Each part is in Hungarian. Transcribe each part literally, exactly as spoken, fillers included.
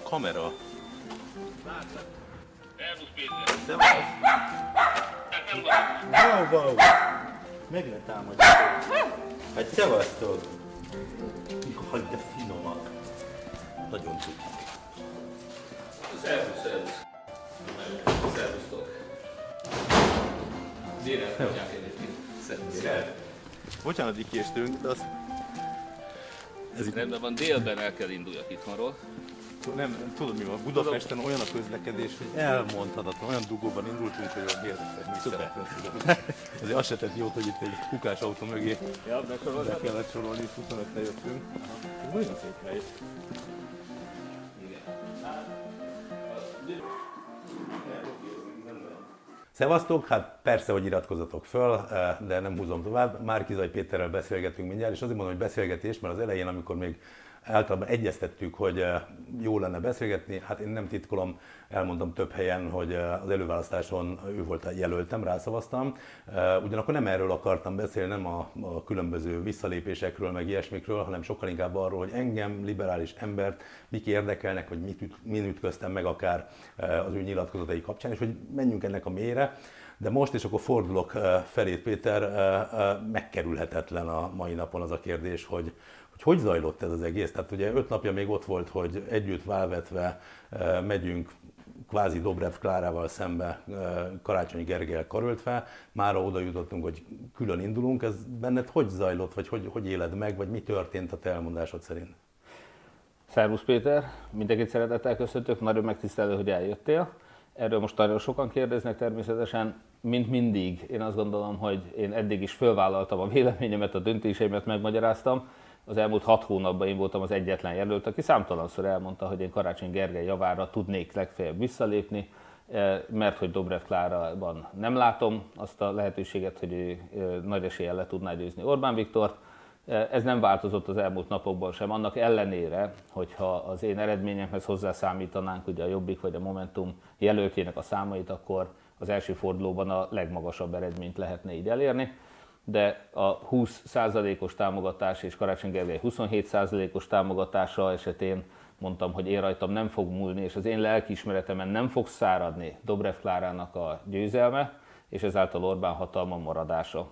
kamera. Szevasz! Wow, wow! Meg ne támadjatok! Hát szevasztok! Hogy de finomak! Nagyon cukik. Szervusz, szervusz! Szervusztok! Délel tudják egyébként. Szervusz! Bocsánat, hogy késtünk, de azt... Ez itt rendben van, délben el kell induljak itthonról. Nem, tudod mi van, Budapesten olyan a közlekedés, hogy elmondhatatlan, olyan dugóban indultunk, hogy a érdekes mit szeretnénk. Azért azt se tett jót, hogy itt egy kukás autó mögé ja, be kellett sorolni, és huszonötre jöttünk. Ez nagyon szép hely. Szevasztok! Hát persze, hogy iratkozzatok föl, de nem húzom tovább. Márki-Zay Péterrel beszélgetünk mindjárt, és azért mondom, hogy beszélgetés, mert az elején, amikor még általában egyeztettük, hogy jó lenne beszélgetni, hát én nem titkolom, elmondtam több helyen, hogy az előválasztáson ő volt a jelöltem, rászavaztam. Ugyanakkor nem erről akartam beszélni, nem a, a különböző visszalépésekről, meg ilyesmikről, hanem sokkal inkább arról, hogy engem, liberális embert, mik érdekelnek, vagy mit, min ütköztem meg akár az ő nyilatkozatai kapcsán, és hogy menjünk ennek a mélyre. De most, és akkor fordulok felé, Péter, megkerülhetetlen a mai napon az a kérdés, hogy hogy hogy zajlott ez az egész. Tehát ugye öt napja még ott volt, hogy együtt válvetve megyünk kvázi Dobrev Klárával szembe, Karácsony Gergellyel karöltve, mára oda jutottunk, hogy külön indulunk. Ez benned hogy zajlott, vagy hogy, hogy éled meg, vagy mi történt a te elmondásod szerint? Szervusz Péter, mindenkit szeretettel köszöntök, nagyon megtisztelő, hogy eljöttél. Erről most nagyon sokan kérdeznek természetesen, mint mindig. Én azt gondolom, hogy én eddig is fölvállaltam a véleményemet, a döntéseimet megmagyaráztam. Az elmúlt hat hónapban én voltam az egyetlen jelölt, aki számtalanszor elmondta, hogy én Karácsony Gergely javára tudnék legfeljebb visszalépni, mert hogy Dobrev Klárában nem látom azt a lehetőséget, hogy ő nagy eséllyel le tudná győzni Orbán Viktort. Ez nem változott az elmúlt napokban sem, annak ellenére, hogyha az én eredményemhez hozzászámítanánk ugye a Jobbik vagy a Momentum jelöltjének a számait, akkor az első fordulóban a legmagasabb eredményt lehetne így elérni. De a húsz százalékos támogatás és Karácsony Gergely huszonhét százalékos támogatása esetén mondtam, hogy én rajtam nem fog múlni, és az én lelkiismeretemen nem fog száradni Dobrev Klárának a győzelme, és ezáltal Orbán hatalma maradása.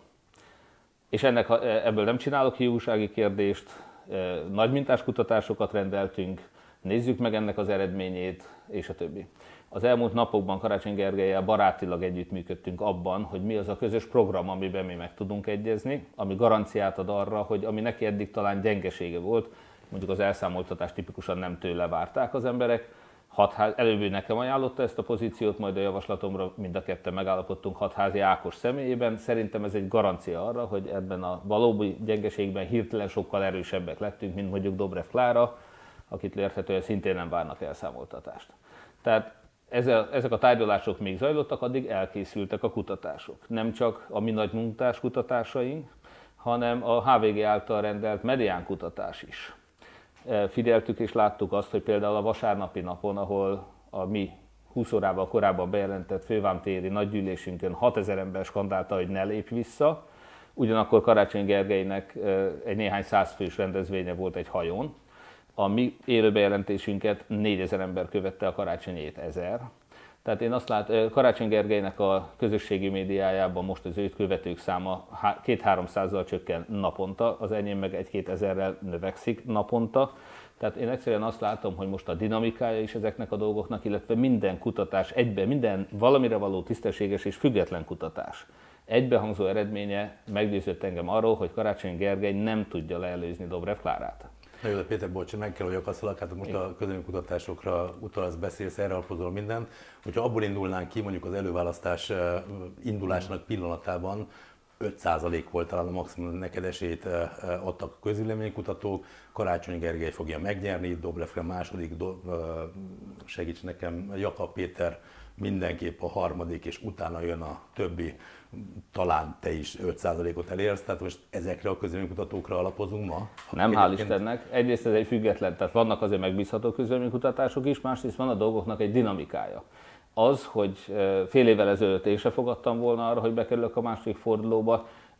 És ennek, ebből nem csinálok hiúsági kérdést, nagy mintás kutatásokat rendeltünk, nézzük meg ennek az eredményét, és a többi. Az elmúlt napokban Karácsony Gergellyel barátilag együttműködtünk abban, hogy mi az a közös program, amiben mi meg tudunk egyezni, ami garanciát ad arra, hogy ami neki eddig talán gyengesége volt, mondjuk az elszámoltatás tipikusan nem tőle várták az emberek. Hatház, előbb ő nekem ajánlotta ezt a pozíciót, majd a javaslatomra mind a ketten megállapodtunk Hatházi Ákos személyében. Szerintem ez egy garancia arra, hogy ebben a valódi gyengeségben hirtelen sokkal erősebbek lettünk, mint mondjuk Dobrev Klára, akit érthetően szintén nem várnak elszámoltatást. Tehát ezek a tárgyalások még zajlottak, addig elkészültek a kutatások. Nem csak a mi nagy munkás kutatásaink, hanem a há vé gé által rendelt medián kutatás is. Figyeltük és láttuk azt, hogy például a vasárnapi napon, ahol a mi húsz órával korábban bejelentett fővámtéri nagygyűlésünkön hatezer ember skandálta, hogy ne lépj vissza, ugyanakkor Karácsony Gergelynek egy néhány százfős rendezvénye volt egy hajón. A mi élő bejelentésünket négyezer ember követte, a Karácsonyét ezer. Tehát én azt látom, Karácsony Gergelynek a közösségi médiájában most az őt követők száma két-háromszázzal csökken naponta, az enyém meg egy-két ezerrel növekszik naponta. Tehát én egyszerűen azt látom, hogy most a dinamikája is ezeknek a dolgoknak, illetve minden kutatás egybe, minden valamire való tisztességes és független kutatás egybehangzó eredménye meggyőzött engem arról, hogy Karácsony Gergely nem tudja leelőzni Dobrev Klárát. Na jó, de Péter, bocs, meg kell, hogy akaszolak, hát most a közönkutatásokra utalsz, beszélsz, erre alapozol mindent. Hogyha abból indulnánk ki, mondjuk az előválasztás indulásának pillanatában öt százalék volt talán a maximum, neked esélyt adtak a közvéleménykutatók, Karácsony Gergely fogja megnyerni, Dobrev Klár második, do, segíts nekem, Jakab Péter mindenképp a harmadik, és utána jön a többi, talán te is öt százalékot elérsz, tehát most ezekre a közvéleménykutatókra alapozunk ma? Nem, hál' Istennek. Egyrészt ez egy független, tehát vannak azért megbízható közvéleménykutatások is, másrészt van a dolgoknak egy dinamikája. Az, hogy fél évvel ezelőtt én se fogadtam volna arra, hogy bekerülök a második fordulóba,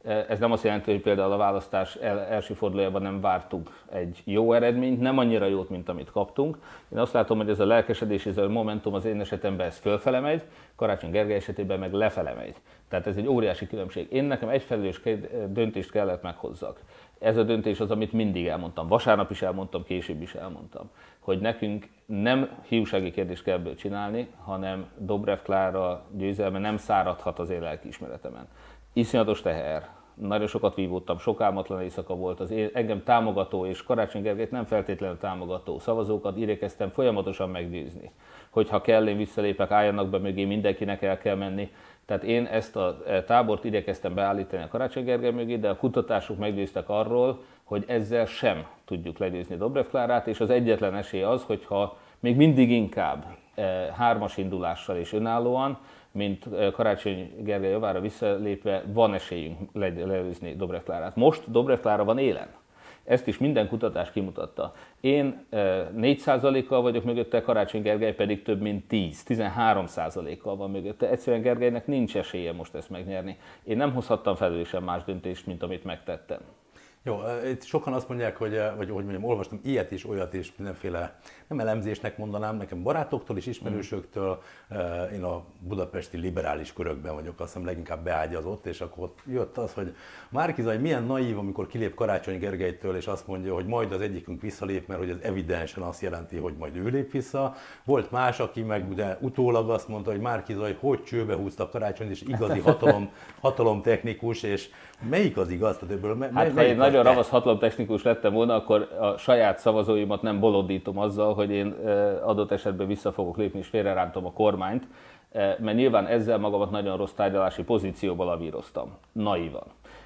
Ez nem azt jelenti, hogy például a választás el, első fordulójában nem vártunk egy jó eredményt, nem annyira jót, mint amit kaptunk. Én azt látom, hogy ez a lelkesedés, ez a momentum az én esetemben ez fölfele megy, Karácsony Gergely esetében meg lefele megy. Tehát ez egy óriási különbség. Én nekem egy felelős döntést kellett meghozzak. Ez a döntés az, amit mindig elmondtam. Vasárnap is elmondtam, később is elmondtam, hogy nekünk nem hiúsági kérdést kell ebből csinálni, hanem Dobrev Klára győzelme nem száradhat az én lelkiismeretemen. Iszonyatos teher. Nagyon sokat vívódtam, sok álmatlan éjszaka volt, az én, engem támogató és Karácsony Gergelyt nem feltétlenül támogató szavazókat igyekeztem folyamatosan meggyőzni. Hogyha kell, én visszalépek, álljanak be mögé, mindenkinek el kell menni. Tehát én ezt a tábort igyekeztem beállítani a Karácsony Gergely mögé, de a kutatások meggyőztek arról, hogy ezzel sem tudjuk legyőzni Dobrev Klárát, és az egyetlen esély az, hogyha még mindig inkább hármas indulással és önállóan, mint Karácsony Gergely javára visszalépve van esélyünk legyőzni Dobrev Klárát. Most Dobrev Klára van élen. Ezt is minden kutatás kimutatta. Én négy százalékkal vagyok mögötte, Karácsony Gergely pedig több mint tíz-tizenhárom százalékkal van mögötte. Egyszerűen Gergelynek nincs esélye most ezt megnyerni. Én nem hozhattam felelősen más döntést, mint amit megtettem. Jó, itt sokan azt mondják, hogy, vagy hogy mondjam, olvastam ilyet is, olyat is, mindenféle, nem elemzésnek mondanám, nekem barátoktól és ismerősöktől, én a budapesti liberális körökben vagyok, azt hiszem leginkább beágyazott, és akkor jött az, hogy Márki-Zay milyen naív, amikor kilép Karácsony Gergelytől, és azt mondja, hogy majd az egyikünk visszalép, mert hogy ez evidensen azt jelenti, hogy majd ő lép vissza. Volt más, aki meg ugye utólag azt mondta, hogy Márki-Zay hogy csőbe húzta Karácsonyt, és igazi hatalom, hatalomtechnikus, és melyik az igaz? Tehát ebből, me, hát ha én nagyon ravasz hatalomtechnikus lettem volna, akkor a saját szavazóimat nem bolondítom azzal, hogy én adott esetben vissza fogok lépni és félrerántom a kormányt, mert nyilván ezzel magamat nagyon rossz tárgyalási pozícióba lavíroztam, naívan.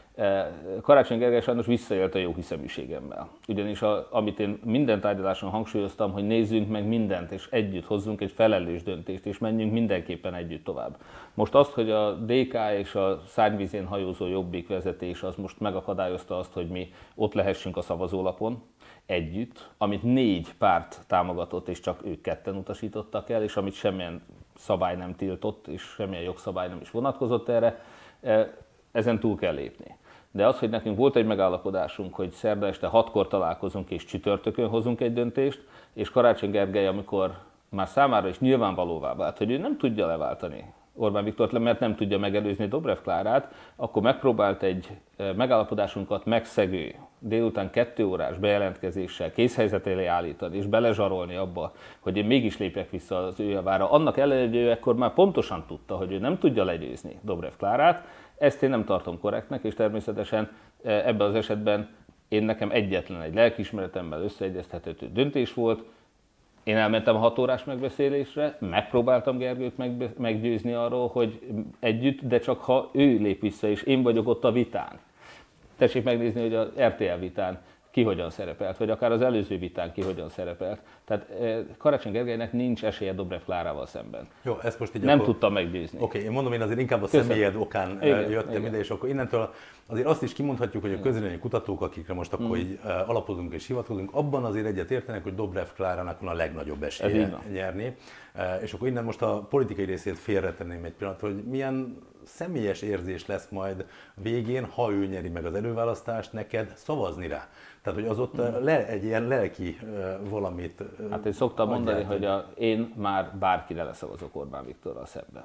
Karácsony Gergely sajnos visszaélt a jó hiszeműségemmel. Ugyanis a, amit én minden tárgyaláson hangsúlyoztam, hogy nézzünk meg mindent, és együtt hozzunk egy felelős döntést, és menjünk mindenképpen együtt tovább. Most azt, hogy a dé ká és a szárnyvízén hajózó Jobbik vezetés az most megakadályozta azt, hogy mi ott lehessünk a szavazólapon együtt, amit négy párt támogatott, és csak ők ketten utasítottak el, és amit semmilyen szabály nem tiltott, és semmilyen jogszabály nem is vonatkozott erre, ezen túl kell lépni. De az, hogy nekünk volt egy megállapodásunk, hogy szerda este hatkor találkozunk és csütörtökön hozunk egy döntést, és Karácsony Gergely, amikor már számára is nyilvánvalóvá vált, hogy ő nem tudja leváltani Orbán Viktort, mert nem tudja megelőzni Dobrev Klárát, akkor megpróbált egy megállapodásunkat megszegő, délután kettő órás bejelentkezéssel készhelyzet elé állítani, és belezsarolni abba, hogy én mégis lépjek vissza az ő javára. Annak ellenére, hogy ő ekkor már pontosan tudta, hogy ő nem tudja legyőzni Dobrev Klárát, ezt én nem tartom korrektnek, és természetesen ebben az esetben én nekem egyetlen egy lelkiismeretemmel összeegyeztethető döntés volt. Én elmentem a hat órás megbeszélésre, megpróbáltam Gergőt meggyőzni arról, hogy együtt, de csak ha ő lép vissza, és én vagyok ott a vitán. Tessék megnézni, hogy az er té el vitán ki hogyan szerepelt, vagy akár az előző vitán ki hogyan szerepelt. Tehát Karácsony Gergelynek nincs esélye Dobrev Klárával szemben. Jó, ezt most így nem akkor... tudtam meggyőzni. Oké, okay, én mondom, én azért inkább a személyed okán igen, jöttem igen. ide, és akkor innentől azért azt is kimondhatjuk, hogy a közvélemény kutatók, akikre most akkor mm. így alapozunk és hivatkozunk, abban azért egyet értenek, hogy Dobrev Klárának van a legnagyobb esélye nyerni. És akkor innen most a politikai részét félretenném egy pillanat, hogy milyen személyes érzés lesz majd végén, ha ő nyeri meg az előválasztást, neked szavazni rá. Tehát, hogy az ott hmm. le, egy ilyen lelki uh, valamit... Uh, hát én szoktam mondani, hogy a, én már bárkire leszavazok Orbán Viktorral szemben.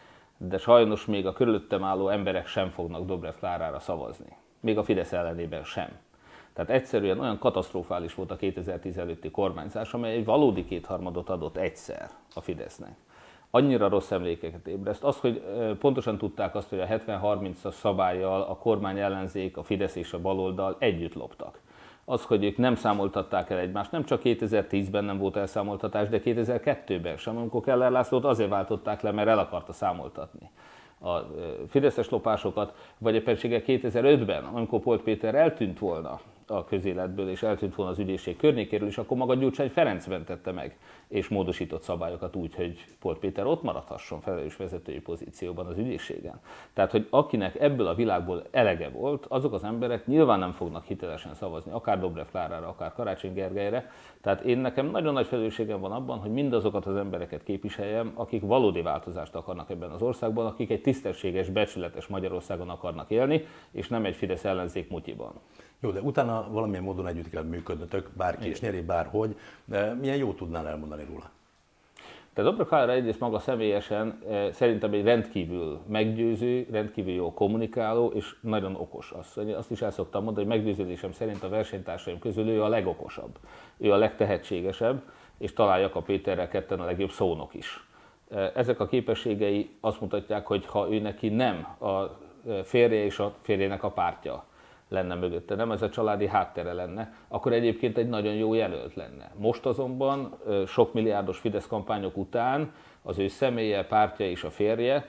De sajnos még a körülöttem álló emberek sem fognak Dobrev Klárára szavazni. Még a Fidesz ellenében sem. Tehát egyszerűen olyan katasztrofális volt a kétezer-tíz előtti kormányzás, amely egy valódi kétharmadot adott egyszer a Fidesznek. Annyira rossz emlékeket ébreszt. Az, hogy pontosan tudták azt, hogy a hetven harmincas szabállyal a kormány ellenzék, a Fidesz és a baloldal együtt loptak. Az, hogy ők nem számoltatták el egymást, nem csak kétezer-tízben nem volt elszámoltatás, de kétezer-kettőben sem, amikor Keller Lászlót azért váltották le, mert el akarta számoltatni a fideszes lopásokat, vagy éppenséggel kétezer-ötben, amikor Polt Péter eltűnt volna a közéletből, és eltűnt volna az ügyészség környékéről, és akkor maga Gyurcsány Ferenc mentette meg, és módosított szabályokat úgy, hogy Polt Péter ott maradhasson felelős vezetői pozícióban az ügyészségen. Tehát, hogy akinek ebből a világból elege volt, azok az emberek nyilván nem fognak hitelesen szavazni, akár Dobrev Klárára, akár Karácsony Gergelyre. Tehát én nekem nagyon nagy felelősségem van abban, hogy mindazokat az embereket képviseljem, akik valódi változást akarnak ebben az országban, akik egy tisztességes, becsületes Magyarországon akarnak élni, és nem egy Fidesz ellenzék mutyiban. Jó, de utána valamilyen módon együtt kell működnötök, bárki is nyeri, bárhogy. De milyen jó tudnál elmondani róla? Tehát Dobrev Klára egyrészt maga személyesen szerintem egy rendkívül meggyőző, rendkívül jó kommunikáló és nagyon okos asszony. Azt is el szoktam mondani, hogy meggyőződésem szerint a versenytársaim közül ő a legokosabb, ő a legtehetségesebb, és talán Jakab Péterrel ketten a legjobb szónok is. Ezek a képességei azt mutatják, hogy ha ő neki nem a férje és a férjének a pártja lenne mögötte, nem ez a családi háttere lenne, akkor egyébként egy nagyon jó jelölt lenne. Most azonban sok milliárdos Fidesz kampányok után az ő személye, pártja és a férje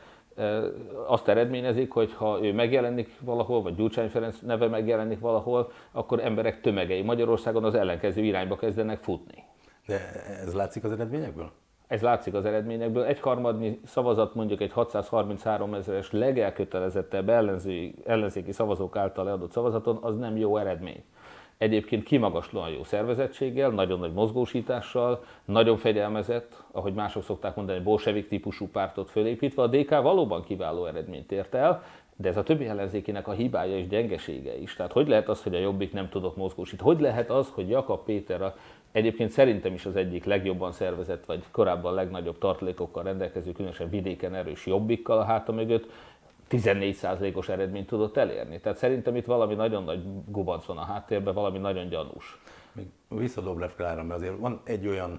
azt eredményezik, hogy ha ő megjelenik valahol, vagy Gyurcsány Ferenc neve megjelenik valahol, akkor emberek tömegei Magyarországon az ellenkező irányba kezdenek futni. De ez látszik az eredményekből? Ez látszik az eredményekből. Egyharmadnyi szavazat, mondjuk egy hatszázharminchárom ezeres legelkötelezettebb ellenzéki, ellenzéki szavazók által leadott szavazaton, az nem jó eredmény. Egyébként kimagaslóan jó szervezettséggel, nagyon nagy mozgósítással, nagyon fegyelmezett, ahogy mások szokták mondani, bolsevik típusú pártot fölépítve. A dé ká valóban kiváló eredményt ért el, de ez a többi ellenzékének a hibája és gyengesége is. Tehát hogy lehet az, hogy a Jobbik nem tudott mozgósítani? Hogy lehet az, hogy Jakab Péter a egyébként szerintem is az egyik legjobban szervezett, vagy korábban legnagyobb tartalékokkal rendelkező, különösen vidéken erős Jobbikkal a háta mögött tizennégy százalékos eredményt tudott elérni. Tehát szerintem itt valami nagyon nagy gubanc van a háttérben, valami nagyon gyanús. Még vissza Dobrev Klára, mert azért van egy olyan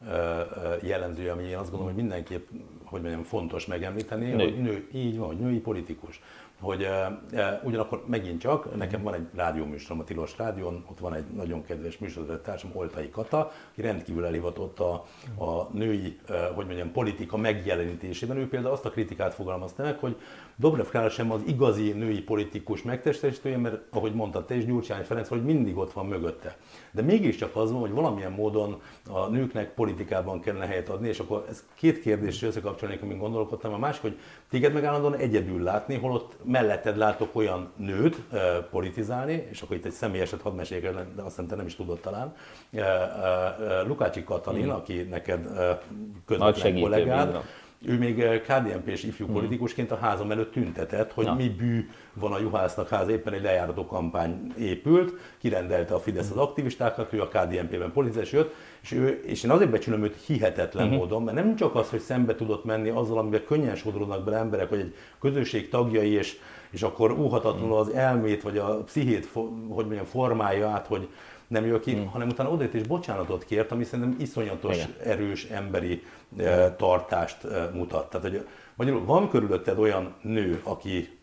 jellemző, ami én azt gondolom, hogy mindenképp, hogy mondjam, fontos megemlíteni, nő. Hogy nő, így van, hogy női politikus. Hogy e, ugyanakkor megint csak, nekem van egy rádióműsorom a Tilos Rádión, ott van egy nagyon kedves műsorvezetőtársam, Oltai Kata, aki rendkívül elhivatott a, a női, e, hogy mondjam, politika megjelenítésében. Ő például azt a kritikát fogalmazta meg, hogy Dobrev Klára sem az igazi női politikus megtestesítője, mert ahogy mondtad te is, Gyurcsány Ferenc, hogy mindig ott van mögötte. De mégiscsak az van, hogy valamilyen módon a nőknek politikában kellene helyet adni, és akkor ez két kérdésre összekapcsolnék, amin gondolkodtam. A másik, hogy téged meg állandóan egyedül látni, holott melletted látok olyan nőt e, politizálni, és akkor itt egy személyeset hadd meséljek, de azt hiszem te nem is tudod talán. E, e, Lukácsi Katalin, mm. aki neked e, közvetlen kollégád, ő még ká dé en pés ifjú politikusként a házam előtt tüntetett, hogy ja. mi bű van a Juhásznak háza, éppen egy lejárató kampány épült, kirendelte a Fidesz az aktivistákat, ő a ká dé en pében politizálás jött, és, ő, és én azért becsülöm őt hihetetlen uh-huh. módon, mert nem csak az, hogy szembe tudott menni azzal, amivel könnyen sodródnak bele emberek, hogy egy közösség tagjai, és, és akkor óhatatlanul az elmét, vagy a pszichét, hogy mondjam, formálja át, hogy nem jön ki, hmm. hanem utána odajött és bocsánatot kért, ami szerintem iszonyatos, igen. erős emberi eh, tartást eh, mutat. Tehát, hogy magyarul van körülötted olyan nő, aki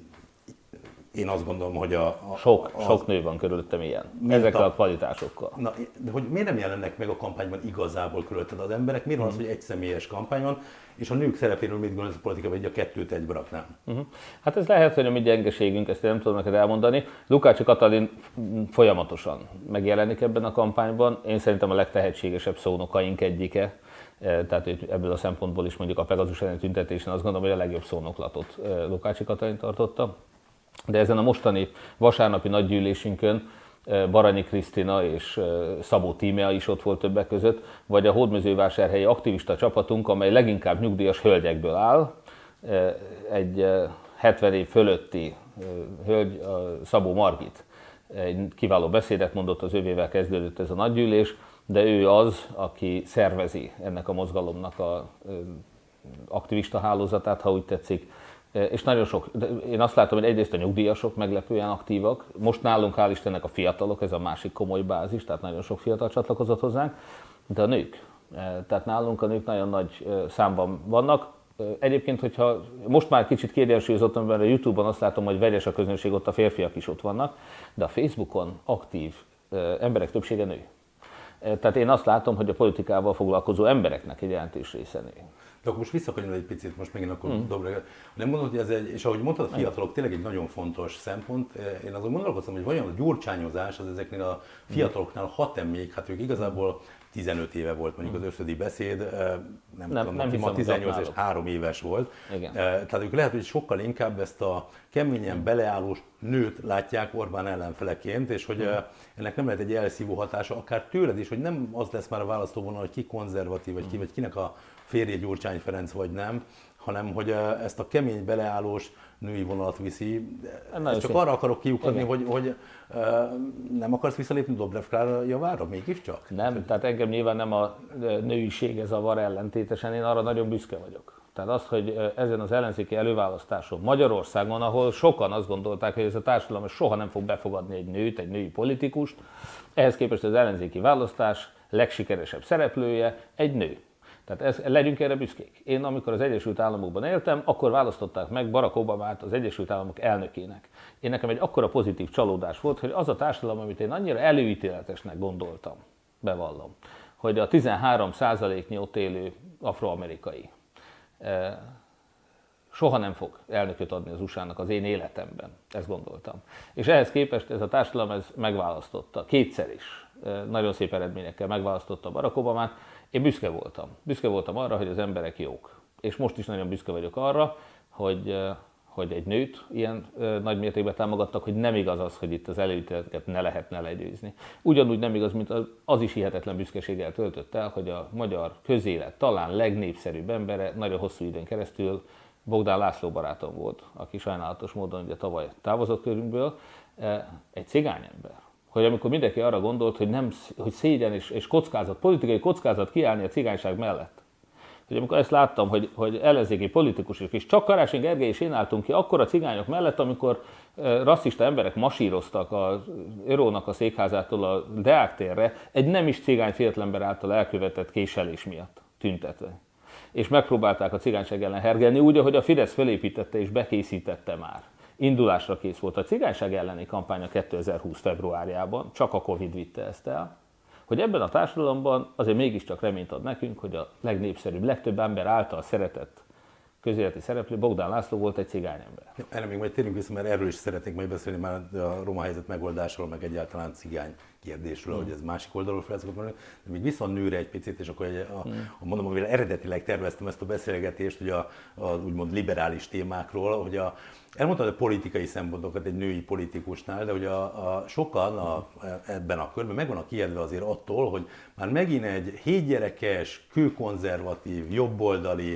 én azt gondolom, hogy a... a sok, az, sok nő van körülöttem ilyen, ezekkel a, a kvalitásokkal. Na, de hogy miért nem jelennek meg a kampányban igazából körülötted az emberek? Miért van az, hogy egy személyes kampány van, és a nők szerepéről mit gondolsz a politikában, hogy a kettőt egybe raknám? Uh-huh. Hát ez lehet, hogy a mi gyengeségünk, ezt én nem tudom neked elmondani. Lukácsi Katalin folyamatosan megjelenik ebben a kampányban. Én szerintem a legtehetségesebb szónokaink egyike. Tehát ebből a szempontból is mondjuk a Pegazus elleni tüntetésen azt gondolom, hogy a legjobb szónoklatot Lukácsi Katalin tartotta. De ezen a mostani vasárnapi nagygyűlésünkön Baranyi Krisztina és Szabó Tímea is ott volt többek között, vagy a hódmezővásárhelyi aktivista csapatunk, amely leginkább nyugdíjas hölgyekből áll. Egy hetven év fölötti hölgy, Szabó Margit, egy kiváló beszédet mondott, az övével kezdődött ez a nagygyűlés, de ő az, aki szervezi ennek a mozgalomnak az aktivista hálózatát, ha úgy tetszik. És nagyon sok, én azt látom, hogy egyrészt a nyugdíjasok meglepően aktívak, most nálunk hál' Istennek a fiatalok, ez a másik komoly bázis, tehát nagyon sok fiatal csatlakozott hozzánk, de a nők, tehát nálunk a nők nagyon nagy számban vannak. Egyébként, hogyha most már kicsit kiegyensúlyozottam, mert a YouTube-on azt látom, hogy vegyes a közönség, ott a férfiak is ott vannak, de a Facebookon aktív emberek többsége nő. Tehát én azt látom, hogy a politikával foglalkozó embereknek egy jelentős része nő. De akkor most visszakanyolod egy picit, most megint akkor mm. dobra. Nem mondod, hogy ez egy, és ahogy mondtad, a fiatalok tényleg egy nagyon fontos szempont. Én azon gondolkoztam, hogy vajon a gyurcsányozás az ezeknél a fiataloknál hat-e még, hát ők igazából tizenöt éve volt mondjuk az összödi beszéd, nem, nem tudom, nem ma tizennyolc és három éves volt. Igen. Tehát ők lehet, hogy sokkal inkább ezt a keményen beleállós nőt látják Orbán ellenfeleként, és hogy hmm. ennek nem lehet egy elszívó hatása, akár tőled is, hogy nem az lesz már a választóvonal, hogy ki konzervatív, vagy ki, vagy kinek a férje Gyurcsány Ferenc, vagy nem, hanem hogy ezt a kemény beleállós női vonalat viszi. Ezt csak arra akarok kiukadni, hogy, hogy nem akarsz visszalépni Dobrev Klára javára mégiscsak? Nem, tehát engem nyilván nem a nőiség zavar ellentétesen, én arra nagyon büszke vagyok. Tehát az, hogy ezen az ellenzéki előválasztáson Magyarországon, ahol sokan azt gondolták, hogy ez a társadalom soha nem fog befogadni egy nőt, egy női politikust, ehhez képest az ellenzéki választás legsikeresebb szereplője egy nő. Tehát ez, legyünk erre büszkék. Én amikor az Egyesült Államokban éltem, akkor választották meg Barack Obamát az Egyesült Államok elnökének. Én nekem egy akkora pozitív csalódás volt, hogy az a társadalom, amit én annyira előítéletesnek gondoltam, bevallom, hogy a tizenhárom százaléknyi ott élő afroamerikai soha nem fog elnököt adni az u es á-nak az én életemben, ezt gondoltam. És ehhez képest ez a társadalom ez megválasztotta, kétszer is, nagyon szép eredményekkel megválasztotta Barack Obamát. Én büszke voltam. Büszke voltam arra, hogy az emberek jók. És most is nagyon büszke vagyok arra, hogy, hogy egy nőt ilyen nagy mértékben támogattak, hogy nem igaz az, hogy itt az előítéleteket ne lehetne legyőzni. Ugyanúgy nem igaz, mint az is hihetetlen büszkeséggel töltött el, hogy a magyar közélet talán legnépszerűbb embere nagyon hosszú időn keresztül Bogdán László barátom volt, aki sajnálatos módon ugye tavaly távozott körünkből, egy cigányember. Hogy amikor mindenki arra gondolt, hogy, nem, hogy szégyen és, és kockázat, politikai kockázat kiállni a cigányság mellett. Hogy amikor ezt láttam, hogy, hogy ellenzéki politikusok, és csak Karácsony Gergely és én álltunk ki akkor a cigányok mellett, amikor e, rasszista emberek masíroztak az Örónak a székházától a Deák térre, egy nem is cigány fiatalember által elkövetett késelés miatt tüntetve. És megpróbálták a cigányság ellen hergelni úgy, ahogy a Fidesz felépítette és bekészítette már. Indulásra kész volt a cigányság elleni kampánya kétezer-húsz februárjában, csak a Covid vitte ezt el, hogy ebben a társadalomban azért mégiscsak reményt ad nekünk, hogy a legnépszerűbb, legtöbb ember által szeretett közéleti szereplő Bogdán László volt egy cigányember. Erre még majd térjünk vissza, mert erről is szeretnék majd beszélni már a roma helyzet megoldásról, meg egyáltalán cigány kérdésről, hmm. hogy ez másik oldalról fel szokott mondani. De még vissza a nőre egy picit, és akkor egy, a, hmm. a, mondom, amivel eredetileg terveztem ezt a beszélgetést, hogy a, a úgymond liberális témákról, hogy a, elmondtad a politikai szempontokat egy női politikusnál, de hogy a, a, sokan a, ebben a körben meg vannak ijedve azért attól, hogy már megint egy hétgyerekes, kőkonzervatív, jobboldali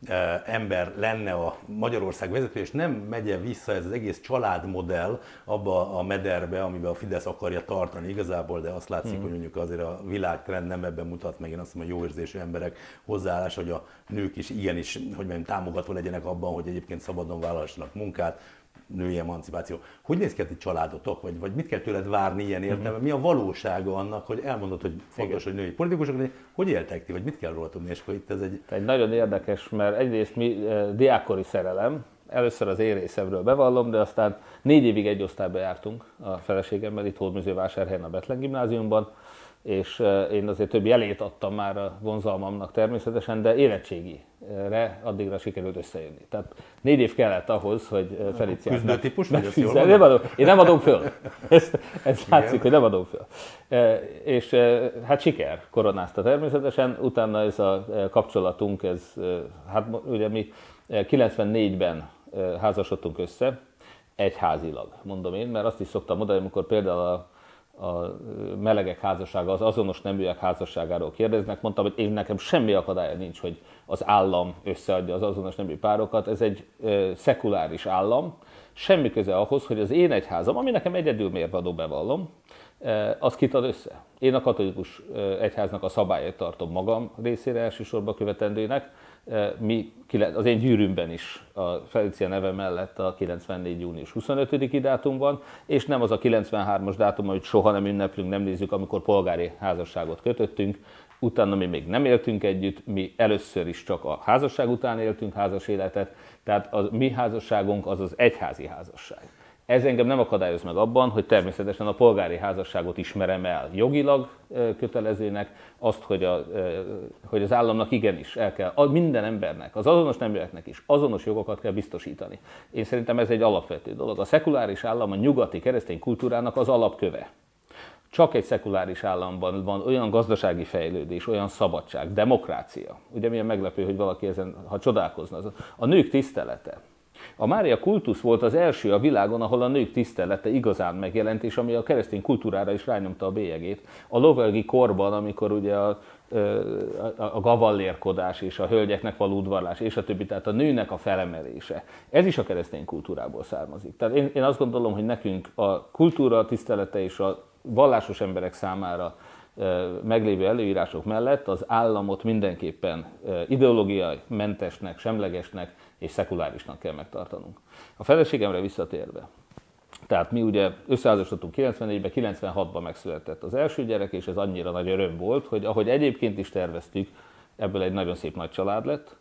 ember lenne a Magyarország vezető, és nem megye vissza ez az egész családmodell abba a mederbe, amiben a Fidesz akarja tartani igazából, de azt látszik, mm. hogy mondjuk azért a világtrend nem ebben mutat meg, én azt mondom, a jó érzésű emberek hozzáállása, hogy a nők is igenis, hogy mondjam, támogatva legyenek abban, hogy egyébként szabadon vállalhassanak munkát, női emancipáció. Hogy néz ki egy családotok, vagy, vagy mit kell tőled várni ilyen értelemben? Mm-hmm. Mi a valósága annak, hogy elmondod, hogy fontos, hogy női politikusok, de hogy éltek ti, vagy mit kell róla tudni, és akkor itt ez egy... Egy nagyon érdekes, mert egyrészt mi diákkori szerelem, először az én részemről bevallom, de aztán négy évig egy osztályba jártunk a feleségemmel itt Hódmezővásárhelyen a Bethlen gimnáziumban, és én azért több jelét adtam már a vonzalmamnak természetesen, de érettségire addigra sikerült összejönni. Tehát négy év kellett ahhoz, hogy Feliciát küzdőtípus megfűzzel. Nem adom, én nem adom föl. Ez, ez látszik, hogy nem adom föl. És hát siker koronázta természetesen, utána ez a kapcsolatunk, ez, hát ugye mi kilencvennégyben házasodtunk össze, egyházilag, mondom én, mert azt is szoktam mondani, amikor például a a melegek házassága, az azonos neműek házasságáról kérdeznek, mondtam, hogy én nekem semmi akadálya nincs, hogy az állam összeadja az azonos nemű párokat, ez egy e, szekuláris állam, semmi köze ahhoz, hogy az én egyházam, ami nekem egyedül mérvadó, bevallom, e, az kit ad össze. Én a katolikus egyháznak a szabályait tartom magam részére elsősorban követendőnek, mi, az én gyűrűmben is a Felicia neve mellett a kilencvennégy június huszonötödike dátum van, és nem az a kilencvenhármas dátum, amit soha nem ünneplünk, nem nézzük, amikor polgári házasságot kötöttünk, utána mi még nem éltünk együtt, mi először is csak a házasság után éltünk házas életet, tehát a mi házasságunk az az egyházi házasság. Ez engem nem akadályoz meg abban, hogy természetesen a polgári házasságot ismerem el jogilag kötelezőnek, azt, hogy, a, hogy az államnak igenis el kell, minden embernek, az azonos neműeknek is azonos jogokat kell biztosítani. Én szerintem ez egy alapvető dolog. A szekuláris állam a nyugati keresztény kultúrának az alapköve. Csak egy szekuláris államban van olyan gazdasági fejlődés, olyan szabadság, demokrácia. Ugye milyen meglepő, hogy valaki ezen, ha csodálkozna. A nők tisztelete. A Mária kultusz volt az első a világon, ahol a nők tisztelete igazán megjelent, és ami a keresztény kultúrára is rányomta a bélyegét. A lovelgi korban, amikor ugye a, a, a gavallérkodás és a hölgyeknek való udvarlás és a többi, tehát a nőnek a felemelése, ez is a keresztény kultúrából származik. Tehát én, én azt gondolom, hogy nekünk a kultúra tisztelete és a vallásos emberek számára meglévő előírások mellett az államot mindenképpen ideológiai mentesnek, semlegesnek és szekulárisnak kell megtartanunk. A feleségemre visszatérve, tehát mi ugye összeházasodtunk kilencvennégyben, kilencvenhatban megszületett az első gyerek, és ez annyira nagy öröm volt, hogy ahogy egyébként is terveztük, ebből egy nagyon szép nagy család lett.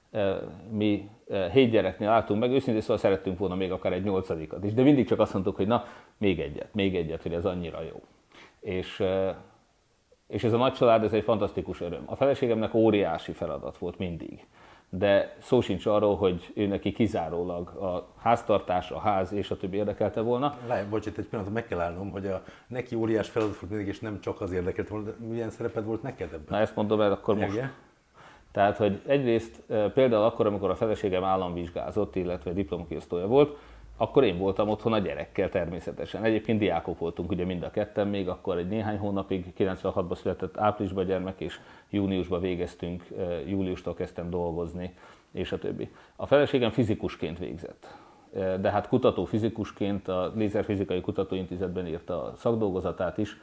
Mi hét gyereknél álltunk meg, őszintén szóval szerettünk volna még akár egy nyolcadikat is, de mindig csak azt mondtuk, hogy na, még egyet, még egyet, hogy ez annyira jó. És, és ez a nagy család, ez egy fantasztikus öröm. A feleségemnek óriási feladat volt mindig, de szó sincs arról, hogy ő neki kizárólag a háztartás, a ház és a többi érdekelte volna. Láj, bocs, itt egy pillanatot meg kell állnom, hogy a neki óriás feladat volt mindig, és nem csak az érdekelt volna, de milyen szereped volt neked ebben? Na ezt mondom el akkor most. Igen? Tehát, hogy egyrészt például akkor, amikor a feleségem államvizsgázott, illetve diplomakiosztója volt, akkor én voltam otthon a gyerekkel természetesen. Egyébként diákok voltunk ugye mind a ketten még, akkor egy néhány hónapig, kilencvenhatban született áprilisban gyermek, és júniusban végeztünk, júliustól kezdtem dolgozni, és a többi. A feleségem fizikusként végzett, de hát kutató fizikusként a Lézerfizikai Kutatóintézetben írta a szakdolgozatát is,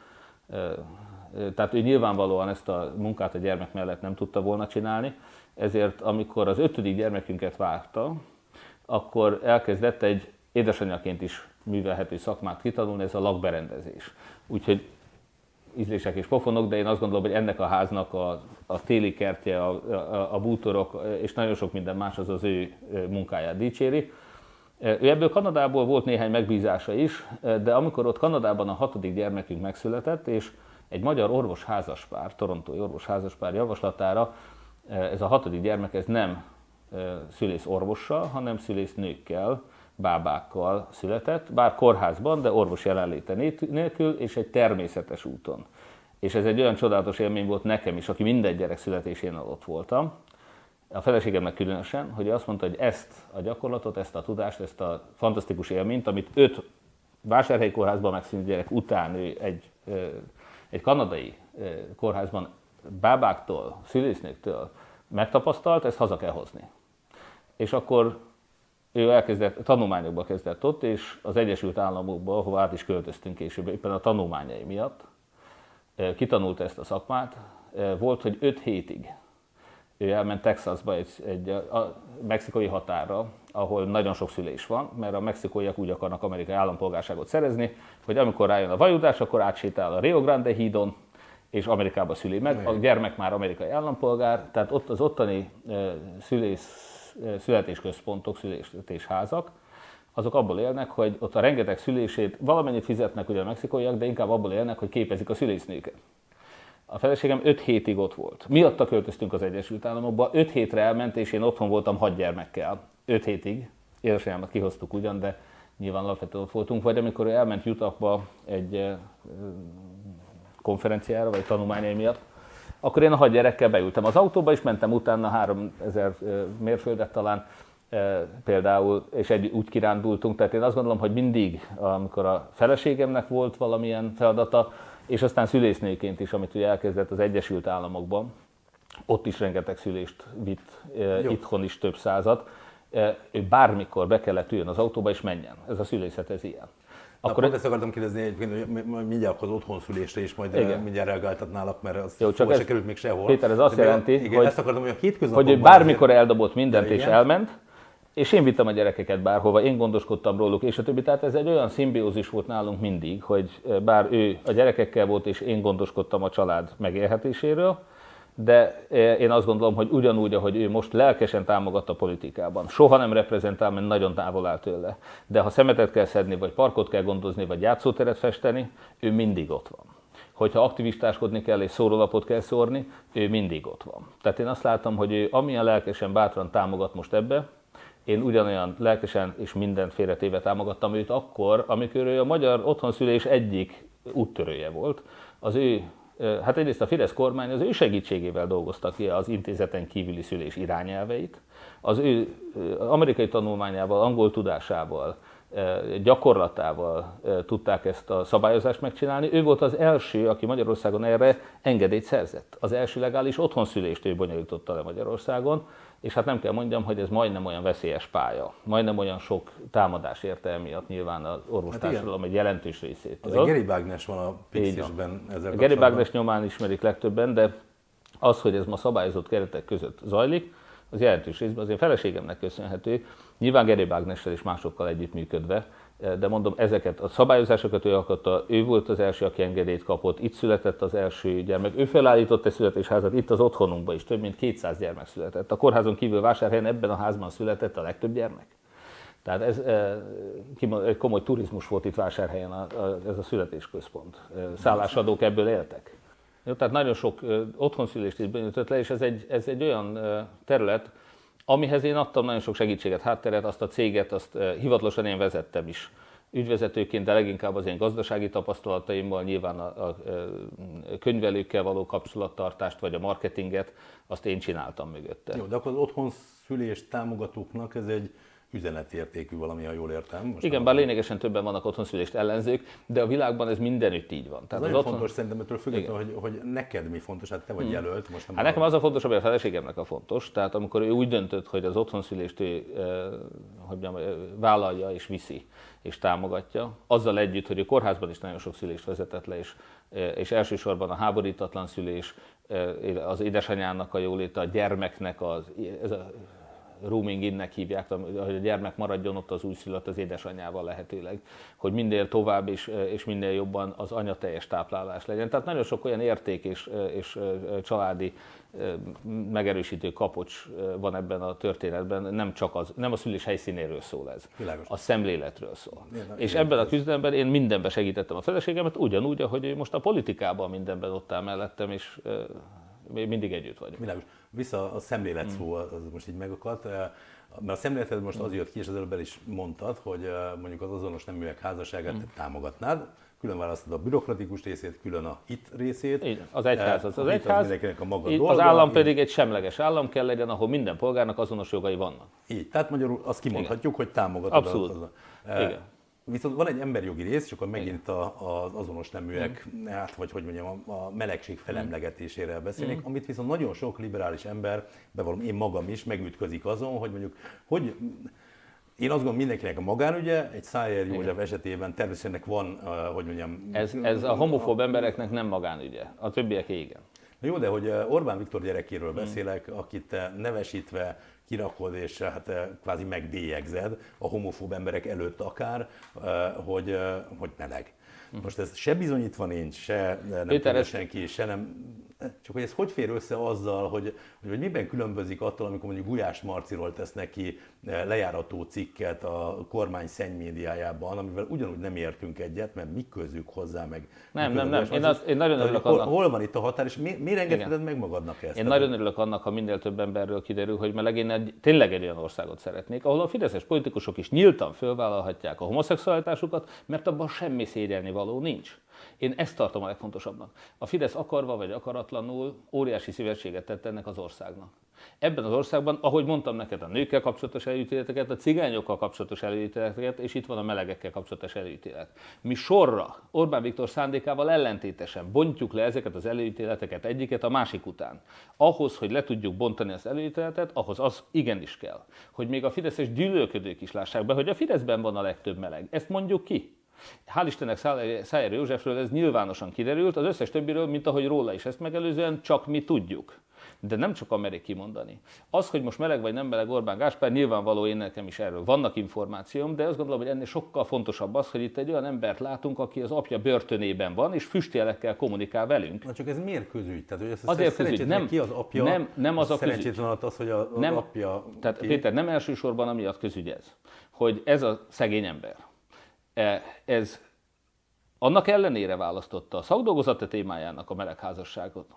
tehát ő nyilvánvalóan ezt a munkát a gyermek mellett nem tudta volna csinálni, ezért amikor az ötödik gyermekünket várta, akkor elkezdett egy édesanyaként is művelhető szakmát kitanulni, ez a lakberendezés. Úgyhogy ízlések és pofonok, de én azt gondolom, hogy ennek a háznak a, a téli kertje, a, a, a bútorok és nagyon sok minden más az az ő munkáját dicséri. Ő ebből Kanadából volt néhány megbízása is, de amikor ott Kanadában a hatodik gyermekünk megszületett, és egy magyar orvos házaspár, torontói orvos házaspár javaslatára ez a hatodik gyermek ez nem szülész orvossal, hanem szülész nőkkel, bábákkal született, bár kórházban, de orvos jelenléte nélkül, és egy természetes úton. És ez egy olyan csodálatos élmény volt nekem is, aki minden gyerek születésén ott voltam, a feleségemnek különösen, hogy azt mondta, hogy ezt a gyakorlatot, ezt a tudást, ezt a fantasztikus élményt, amit öt Vásárhelyi kórházban megszűnt gyerek után ő egy, egy kanadai kórházban bábáktól, szülésznőktől megtapasztalt, ezt haza kell hozni. És akkor ő elkezdett, tanulmányokba kezdett ott, és az Egyesült Államokba, ahova át is költöztünk később, éppen a tanulmányai miatt, kitanulta ezt a szakmát. Volt, hogy öt hétig ő elment Texasba egy, egy a, a mexikai határra, ahol nagyon sok szülés van, mert a mexikóiak úgy akarnak amerikai állampolgárságot szerezni, hogy amikor rájön a vajudás, akkor átsétál a Rio Grande hídon, és Amerikába szüli meg. A gyermek már amerikai állampolgár, tehát ott az ottani szülész, születésközpontok, szülésházak, azok abból élnek, hogy ott a rengeteg szülését valamennyit fizetnek ugye a mexikóiak, de inkább abból élnek, hogy képezik a szülésznőket. A feleségem öt hétig ott volt. Miatta költöztünk az Egyesült Államokba, öt hétre elment, és én otthon voltam hat gyermekkel. öt hétig. Édesanyámat kihoztuk ugyan, de nyilván alapvetően ott voltunk. Vagy amikor ő elment Utahba egy konferenciára, vagy tanulmányai miatt, akkor én a hat gyerekkel beültem az autóba, és mentem utána háromezer mérföldet talán például, és egy, úgy kirándultunk. Tehát én azt gondolom, hogy mindig, amikor a feleségemnek volt valamilyen feladata, és aztán szülésznőként is, amit ugye elkezdett az Egyesült Államokban, ott is rengeteg szülést vitt, Jó. itthon is több százat, ő bármikor be kellett üljön az autóba és menjen. Ez a szülészet, ez ilyen. Akkor pont ezt akartam kérdezni egyébként, hogy mindjárt az otthonszülésre is majd igen. mindjárt reagáltatnálak, mert az Jó, csak ez, se került még sehol. Péter, ez azt de jelenti, igen, hogy, ezt akartam, hogy, a hétköznapokban hogy ő bármikor azért... eldobott mindent de és igen. elment, és én vittem a gyerekeket bárhova, én gondoskodtam róluk, és a többi. Tehát ez egy olyan szimbiózis volt nálunk mindig, hogy bár ő a gyerekekkel volt, és én gondoskodtam a család megélhetéséről, de én azt gondolom, hogy ugyanúgy, ahogy ő most lelkesen támogat a politikában, soha nem reprezentál, mert nagyon távol áll tőle. De ha szemetet kell szedni, vagy parkot kell gondozni, vagy játszóteret festeni, ő mindig ott van. Hogyha aktivistáskodni kell és szórólapot kell szórni, ő mindig ott van. Tehát én azt látom, hogy ő amilyen lelkesen, bátran támogat most ebbe, én ugyanolyan lelkesen és mindent félretéve támogattam őt akkor, amikor ő a magyar otthonszülés egyik úttörője volt. Az ő, hát egyrészt a Fidesz kormány az ő segítségével dolgozta ki az intézeten kívüli szülés irányelveit, az ő amerikai tanulmányával, angol tudásával, gyakorlatával tudták ezt a szabályozást megcsinálni. Ő volt az első, aki Magyarországon erre engedélyt szerzett. Az első legális otthonszülést ő bonyolította le Magyarországon, és hát nem kell mondjam, hogy ez majdnem olyan veszélyes pálya. Majdnem olyan sok támadás érte emiatt nyilván az orvostársadalom egy jelentős részét. Az a Geri Bágnes van a Pixisben ezzel a Geri Bágnes nyomán ismerik legtöbben, de az, hogy ez ma szabályozott keretek között zajlik, az jelentős részben azért feleségemnek köszönhető, nyilván Geri Bágnessel és másokkal együttműködve, de mondom, ezeket a szabályozásokat ő alkotta, ő volt az első, aki engedélyt kapott, itt született az első gyermek, ő felállított egy születésházat, itt az otthonunkban is több mint kétszáz gyermek született. A kórházon kívül Vásárhelyen ebben a házban született a legtöbb gyermek. Tehát ez egy komoly turizmus volt itt Vásárhelyen ez a születésközpont. Szállásadók ebből éltek. Jó, tehát nagyon sok otthonszülést is bonyolított le, és ez egy, ez egy olyan terület, amihez én adtam nagyon sok segítséget, hátteret, azt a céget, azt hivatalosan én vezettem is ügyvezetőként, de leginkább az én gazdasági tapasztalataimmal, nyilván a, a, a könyvelőkkel való kapcsolattartást, vagy a marketinget, azt én csináltam mögötte. Jó, de akkor az otthonszülés támogatóknak ez egy üzenetértékű valami, ha jól értem. Most igen, bár lényegesen többen vannak otthonszülést ellenzők, de a világban ez mindenütt így van. Tehát ez az nagyon otthon... fontos szerintem, ettől függetlenül, hogy, hogy neked mi fontos, hát te vagy hmm. jelölt. Most nem hát nekem az a fontos, ami a feleségemnek a fontos. Tehát amikor ő úgy döntött, hogy az otthonszülést ő hogy mondjam, vállalja és viszi és támogatja, azzal együtt, hogy a kórházban is nagyon sok szülést vezetett le, és, és elsősorban a háborítatlan szülés, az édesanyának a jóléte, a gyermeknek az, ez a rooming innek hívják, hogy a gyermek maradjon ott az újszülött az édesanyjával lehetőleg, hogy minél tovább és, és minél jobban az anya teljes táplálás legyen. Tehát nagyon sok olyan érték és, és családi megerősítő kapocs van ebben a történetben, nem csak az, nem a szülés helyszínéről szól ez, Világos. A szemléletről szól. Ilyen, és ebben a küzdelemben én mindenben segítettem a feleségemet, ugyanúgy, ahogy ő most a politikában mindenben ott áll mellettem, és mindig együtt vagyunk. Világos. Vissza a szemlélet szó, az most így megakadt, mert a szemléleted most az jött ki, és az előbb el is mondtad, hogy mondjuk az azonos neműek házasságát mm. támogatnád, külön választod a bürokratikus részét, külön a hit részét. Így, az egyház az, az egyház, az, a maga így, dolga, az állam így. pedig egy semleges állam kell legyen, ahol minden polgárnak azonos jogai vannak. Így, tehát magyarul azt kimondhatjuk, igen. hogy támogatod. Abszolút. Az, az, igen. Viszont van egy emberjogi rész, és akkor megint a, az azonos neműek, mm. hát vagy hogy mondjam, a, a melegség felemlegetésére beszélnék, mm. amit viszont nagyon sok liberális ember, bevallom én magam is, megütközik azon, hogy mondjuk, hogy én azt gondolom mindenkinek a magánügye, egy Szájer József esetében természetesen van, hogy mondjam... Ez, ez a homofób embereknek nem magánügye, a többiek igen. Na jó, de hogy Orbán Viktor gyerekéről mm. beszélek, akit te nevesítve kirakod és hát kvázi megbélyegzed a homofób emberek előtt akár, hogy, hogy meleg. Most ez se bizonyítva nincs, se nem tudja senki, se nem... Csak hogy ez hogy fér össze azzal, hogy, hogy, hogy miben különbözik attól, amikor mondjuk Gulyás Marciról tesznek ki lejárató cikket a kormány szennymédiájában, amivel ugyanúgy nem értünk egyet, mert mi közük hozzá, meg... Nem, nem, nem. Én, az, én nagyon örülök hol, annak. Hol van itt a határ, és mi, miért engedheted meg magadnak ezt? Én nagyon örülök annak, ha minél több emberről kiderül, hogy meleg én egy, tényleg egy olyan országot szeretnék, ahol a fideszes politikusok is nyíltan fölvállalhatják a homoszexualitásukat, mert abban semmi szégyelni való nincs. Én ezt tartom a legfontosabbnak. A Fidesz akarva vagy akaratlanul óriási szövetséget tett ennek az országnak. Ebben az országban, ahogy mondtam neked, a nőkkel kapcsolatos előítéleteket, a cigányokkal kapcsolatos előítéleteket, és itt van a melegekkel kapcsolatos előítélet. Mi sorra Orbán Viktor szándékával ellentétesen bontjuk le ezeket az előítéleteket egyiket a másik után. Ahhoz, hogy le tudjuk bontani az előítéletet, ahhoz az igenis kell, hogy még a fideszes gyűlölködők is lássák be, hogy a Fideszben van a legtöbb meleg. Ezt mondjuk ki. Hál' Istennek Szájer Józsefről ez nyilvánosan kiderült, az összes többiről, mint ahogy róla is ezt megelőzően, csak mi tudjuk. de nem csak merik kimondani. Az, hogy most meleg vagy nem meleg Orbán Gáspár, nyilvánvaló, én nekem is erről vannak információm, de azt gondolom, hogy ennél sokkal fontosabb az, hogy itt egy olyan embert látunk, aki az apja börtönében van, és füstjelekkel kommunikál velünk. Na csak ez miért közügy? Tehát, hogy ez Azért közügy, nem, ki az apja, nem, nem az a közügy. Szerencsétlen alatt az, hogy az nem, apja... Tehát ki... Péter, nem elsősorban amiatt közügy ez, hogy ez a szegény ember, ez annak ellenére választotta a szakdolgozati témájának a melegházasságot,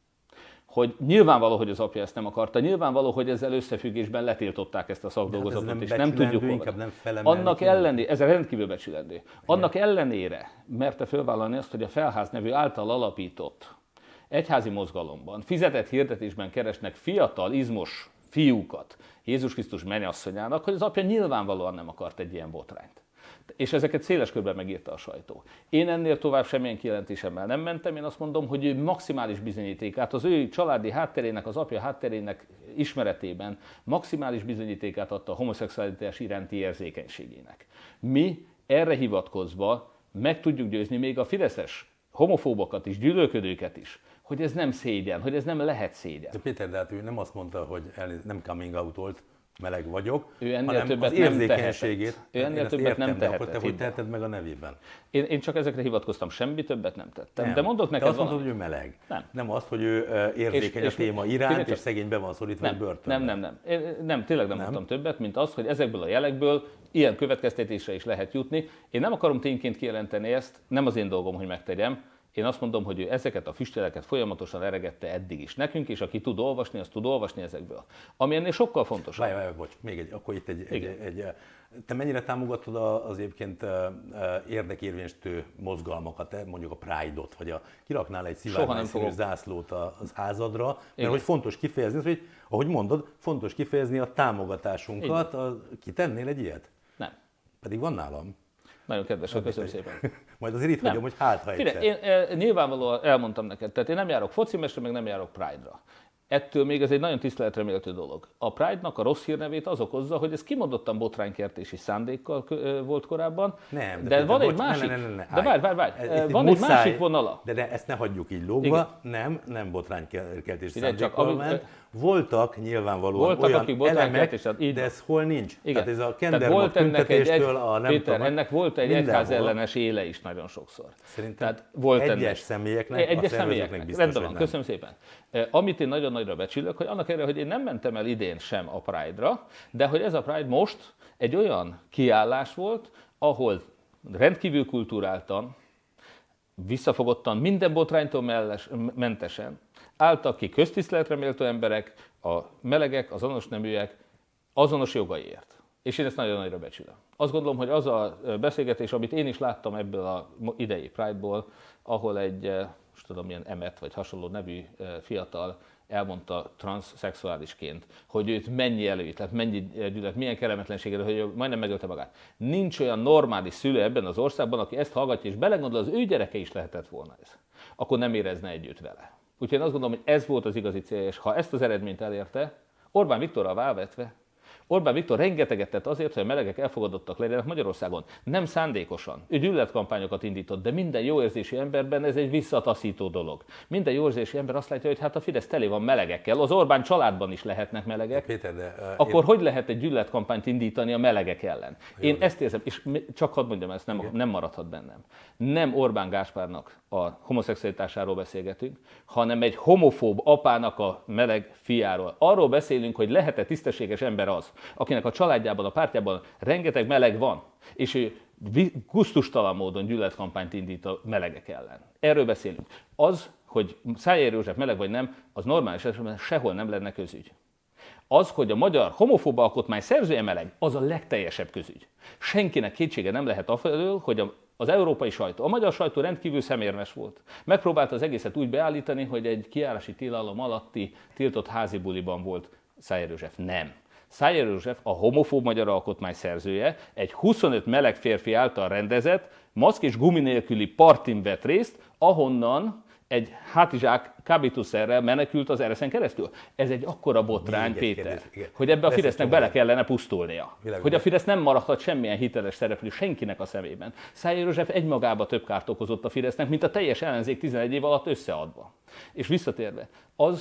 hogy nyilvánvaló, hogy az apja ezt nem akarta, nyilvánvaló, hogy ezzel összefüggésben letiltották ezt a szakdolgozatot, hát és nem tudjuk inkább nem Annak ellenére, ez rendkívül becsülendő. Annak ellenére merte fölvállalni azt, hogy a Felház nevű által alapított egyházi mozgalomban, fizetett hirdetésben keresnek fiatal, izmos fiúkat Jézus Krisztus mennyasszonyának, hogy az apja nyilvánvalóan nem akart egy ilyen botrányt. És ezeket széles körben megírta a sajtó. Én ennél tovább semmilyen kijelentésemmel nem mentem, én azt mondom, hogy ő maximális bizonyítékát, az ő családi hátterének, az apja hátterének ismeretében maximális bizonyítékát adta a homoszexualitás iránti érzékenységének. Mi erre hivatkozva meg tudjuk győzni még a fideszes homofóbokat is, gyűlölködőket is, hogy ez nem szégyen, hogy ez nem lehet szégyen. De Péter, de hát ő nem azt mondta, hogy elnéz, nem coming out-olt, meleg vagyok, ő ennél hanem többet az nem érzékenységét. Ő ennél többet értem, nem tehetett. De akkor te hogy teheted meg a nevében? Én, én csak ezekre hivatkoztam, semmi többet nem tettem. Nem. De mondok neked te azt valamit. mondod, hogy ő meleg. Nem. Nem azt, hogy ő érzékeny és, a téma és, iránt, és szegény be van szorítva egy börtönben. Nem, nem, nem. Én, nem, tényleg nem, nem mondtam többet, mint az, hogy ezekből a jelekből ilyen következtetésre is lehet jutni. Én nem akarom tényként kijelenteni ezt, nem az én dolgom, hogy megtegyem. Én azt mondom, hogy ő ezeket a füstjeleket folyamatosan eregette eddig is nekünk, és aki tud olvasni, az tud olvasni ezekből. Ami ennél sokkal fontosabb. Várj, várj, bocs, még egy, akkor itt egy, egy, egy, te mennyire támogatod az egyébként érdekérvényesítő mozgalmakat, mondjuk a Pride-ot, vagy a, kiraknál egy szivárványszínű zászlót az házadra, mert igen. Hogy fontos kifejezni, hogy ahogy mondod, fontos kifejezni a támogatásunkat, a, kitennél egy ilyet? Nem. Pedig van nálam. Nagyon kedves, köszönöm szépen. Majd azért itt hagyom, hogy hát ha egyszer. Én, én nyilvánvalóan elmondtam neked, tehát én nem járok focimestre, meg nem járok Pride-ra. Ettől még ez egy nagyon tiszteletre méltó dolog. A Pride-nak a rossz hírnevét az okozza, hogy ez kimondottan botránykeltési szándékkal volt korábban. Nem, de, de van egy másik. Ne, ne, ne, ne, de várj, várj, várj. Ez van egy muszáj, másik vonala. De, de ezt ne hagyjuk így lógva. Igen. Nem, nem botránykeltési szándékkal ment. Voltak nyilvánvalóan voltak, olyan akik elemek, így de ez hol nincs? Igen. Tehát ez a Kendermott tüntetéstől a nem Péter, tudom. Ennek volt egy egyház ellenes éle is nagyon sokszor. Szerintem Tehát volt egyes ennek. személyeknek, egyes a szervezőknek biztos, rendben van, köszönöm szépen. Amit én nagyon nagyra becsülök, hogy annak ellenére, hogy én nem mentem el idén sem a Pride-ra, de hogy ez a Pride most egy olyan kiállás volt, ahol rendkívül kulturáltan, visszafogottan, minden botránytól melles, mentesen álltak ki köztiszteletre méltó emberek, a melegek, az azonos neműek azonos jogaiért. És én ezt nagyon nagyra becsülöm. Azt gondolom, hogy az a beszélgetés, amit én is láttam ebből az idei Pride-ból, ahol egy, most tudom, milyen Emet vagy hasonló nevű fiatal elmondta transzszexuálisként, hogy őt mennyi előtt, tehát mennyi gyűlölet, milyen kellemetlenségre, hogy majdnem megölte magát. Nincs olyan normális szülő ebben az országban, aki ezt hallgatja, és belegondol, az ő gyereke is lehetett volna ez. Akkor nem érezne együtt vele. Úgyhogy én azt gondolom, hogy ez volt az igazi célja, és ha ezt az eredményt elérte, Orbán Viktorral válvetve, Orbán Viktor rengeteget tett azért, hogy a melegek elfogadottak legyenek Magyarországon. Nem szándékosan. Ő gyűlöletkampányokat indított, de minden jóérzésű emberben ez egy visszataszító dolog. Minden jóérzésű ember azt látja, hogy hát a Fidesz tele van melegekkel, az Orbán családban is lehetnek melegek. Péter, de, uh, Akkor én... hogy lehet egy gyűlöletkampányt indítani a melegek ellen? Én Jó, ezt érzem, és csak hadd mondjam, ezt nem, nem maradhat bennem. Nem Orbán Gáspárnak a homoszexualitásáról beszélgetünk, hanem egy homofób apának a meleg fiáról. Arról beszélünk, hogy lehet-e tisztességes ember az, akinek a családjában, a pártjában rengeteg meleg van, és ő gusztustalan módon gyűlöletkampányt indít a melegek ellen. Erről beszélünk. Az, hogy Szájer József meleg vagy nem, az normális esetben sehol nem lenne közügy. Az, hogy a magyar homofób alkotmány szerzője meleg, az a legteljesebb közügy. Senkinek kétsége nem lehet afelől, hogy a Az európai sajtó, a magyar sajtó rendkívül szemérmes volt. Megpróbálta az egészet úgy beállítani, hogy egy kijárási tilalom alatti tiltott házi buliban volt Szájer József. Nem. Szájer József a homofób magyar alkotmány szerzője, egy huszonöt meleg férfi által rendezett, maszk és gumi nélküli partin vett részt, ahonnan egy hátizsák kábítószerrel menekült az ereszen keresztül. Ez egy akkora botrány, Péter, kérdés, hogy ebbe a Fidesznek bele kellene pusztulnia. Világos. Hogy a Fidesz nem maradhat semmilyen hiteles szereplő senkinek a szemében. Szájer József egymagába több kárt okozott a Fidesznek, mint a teljes ellenzék tizenegy év alatt összeadva. És visszatérve, az,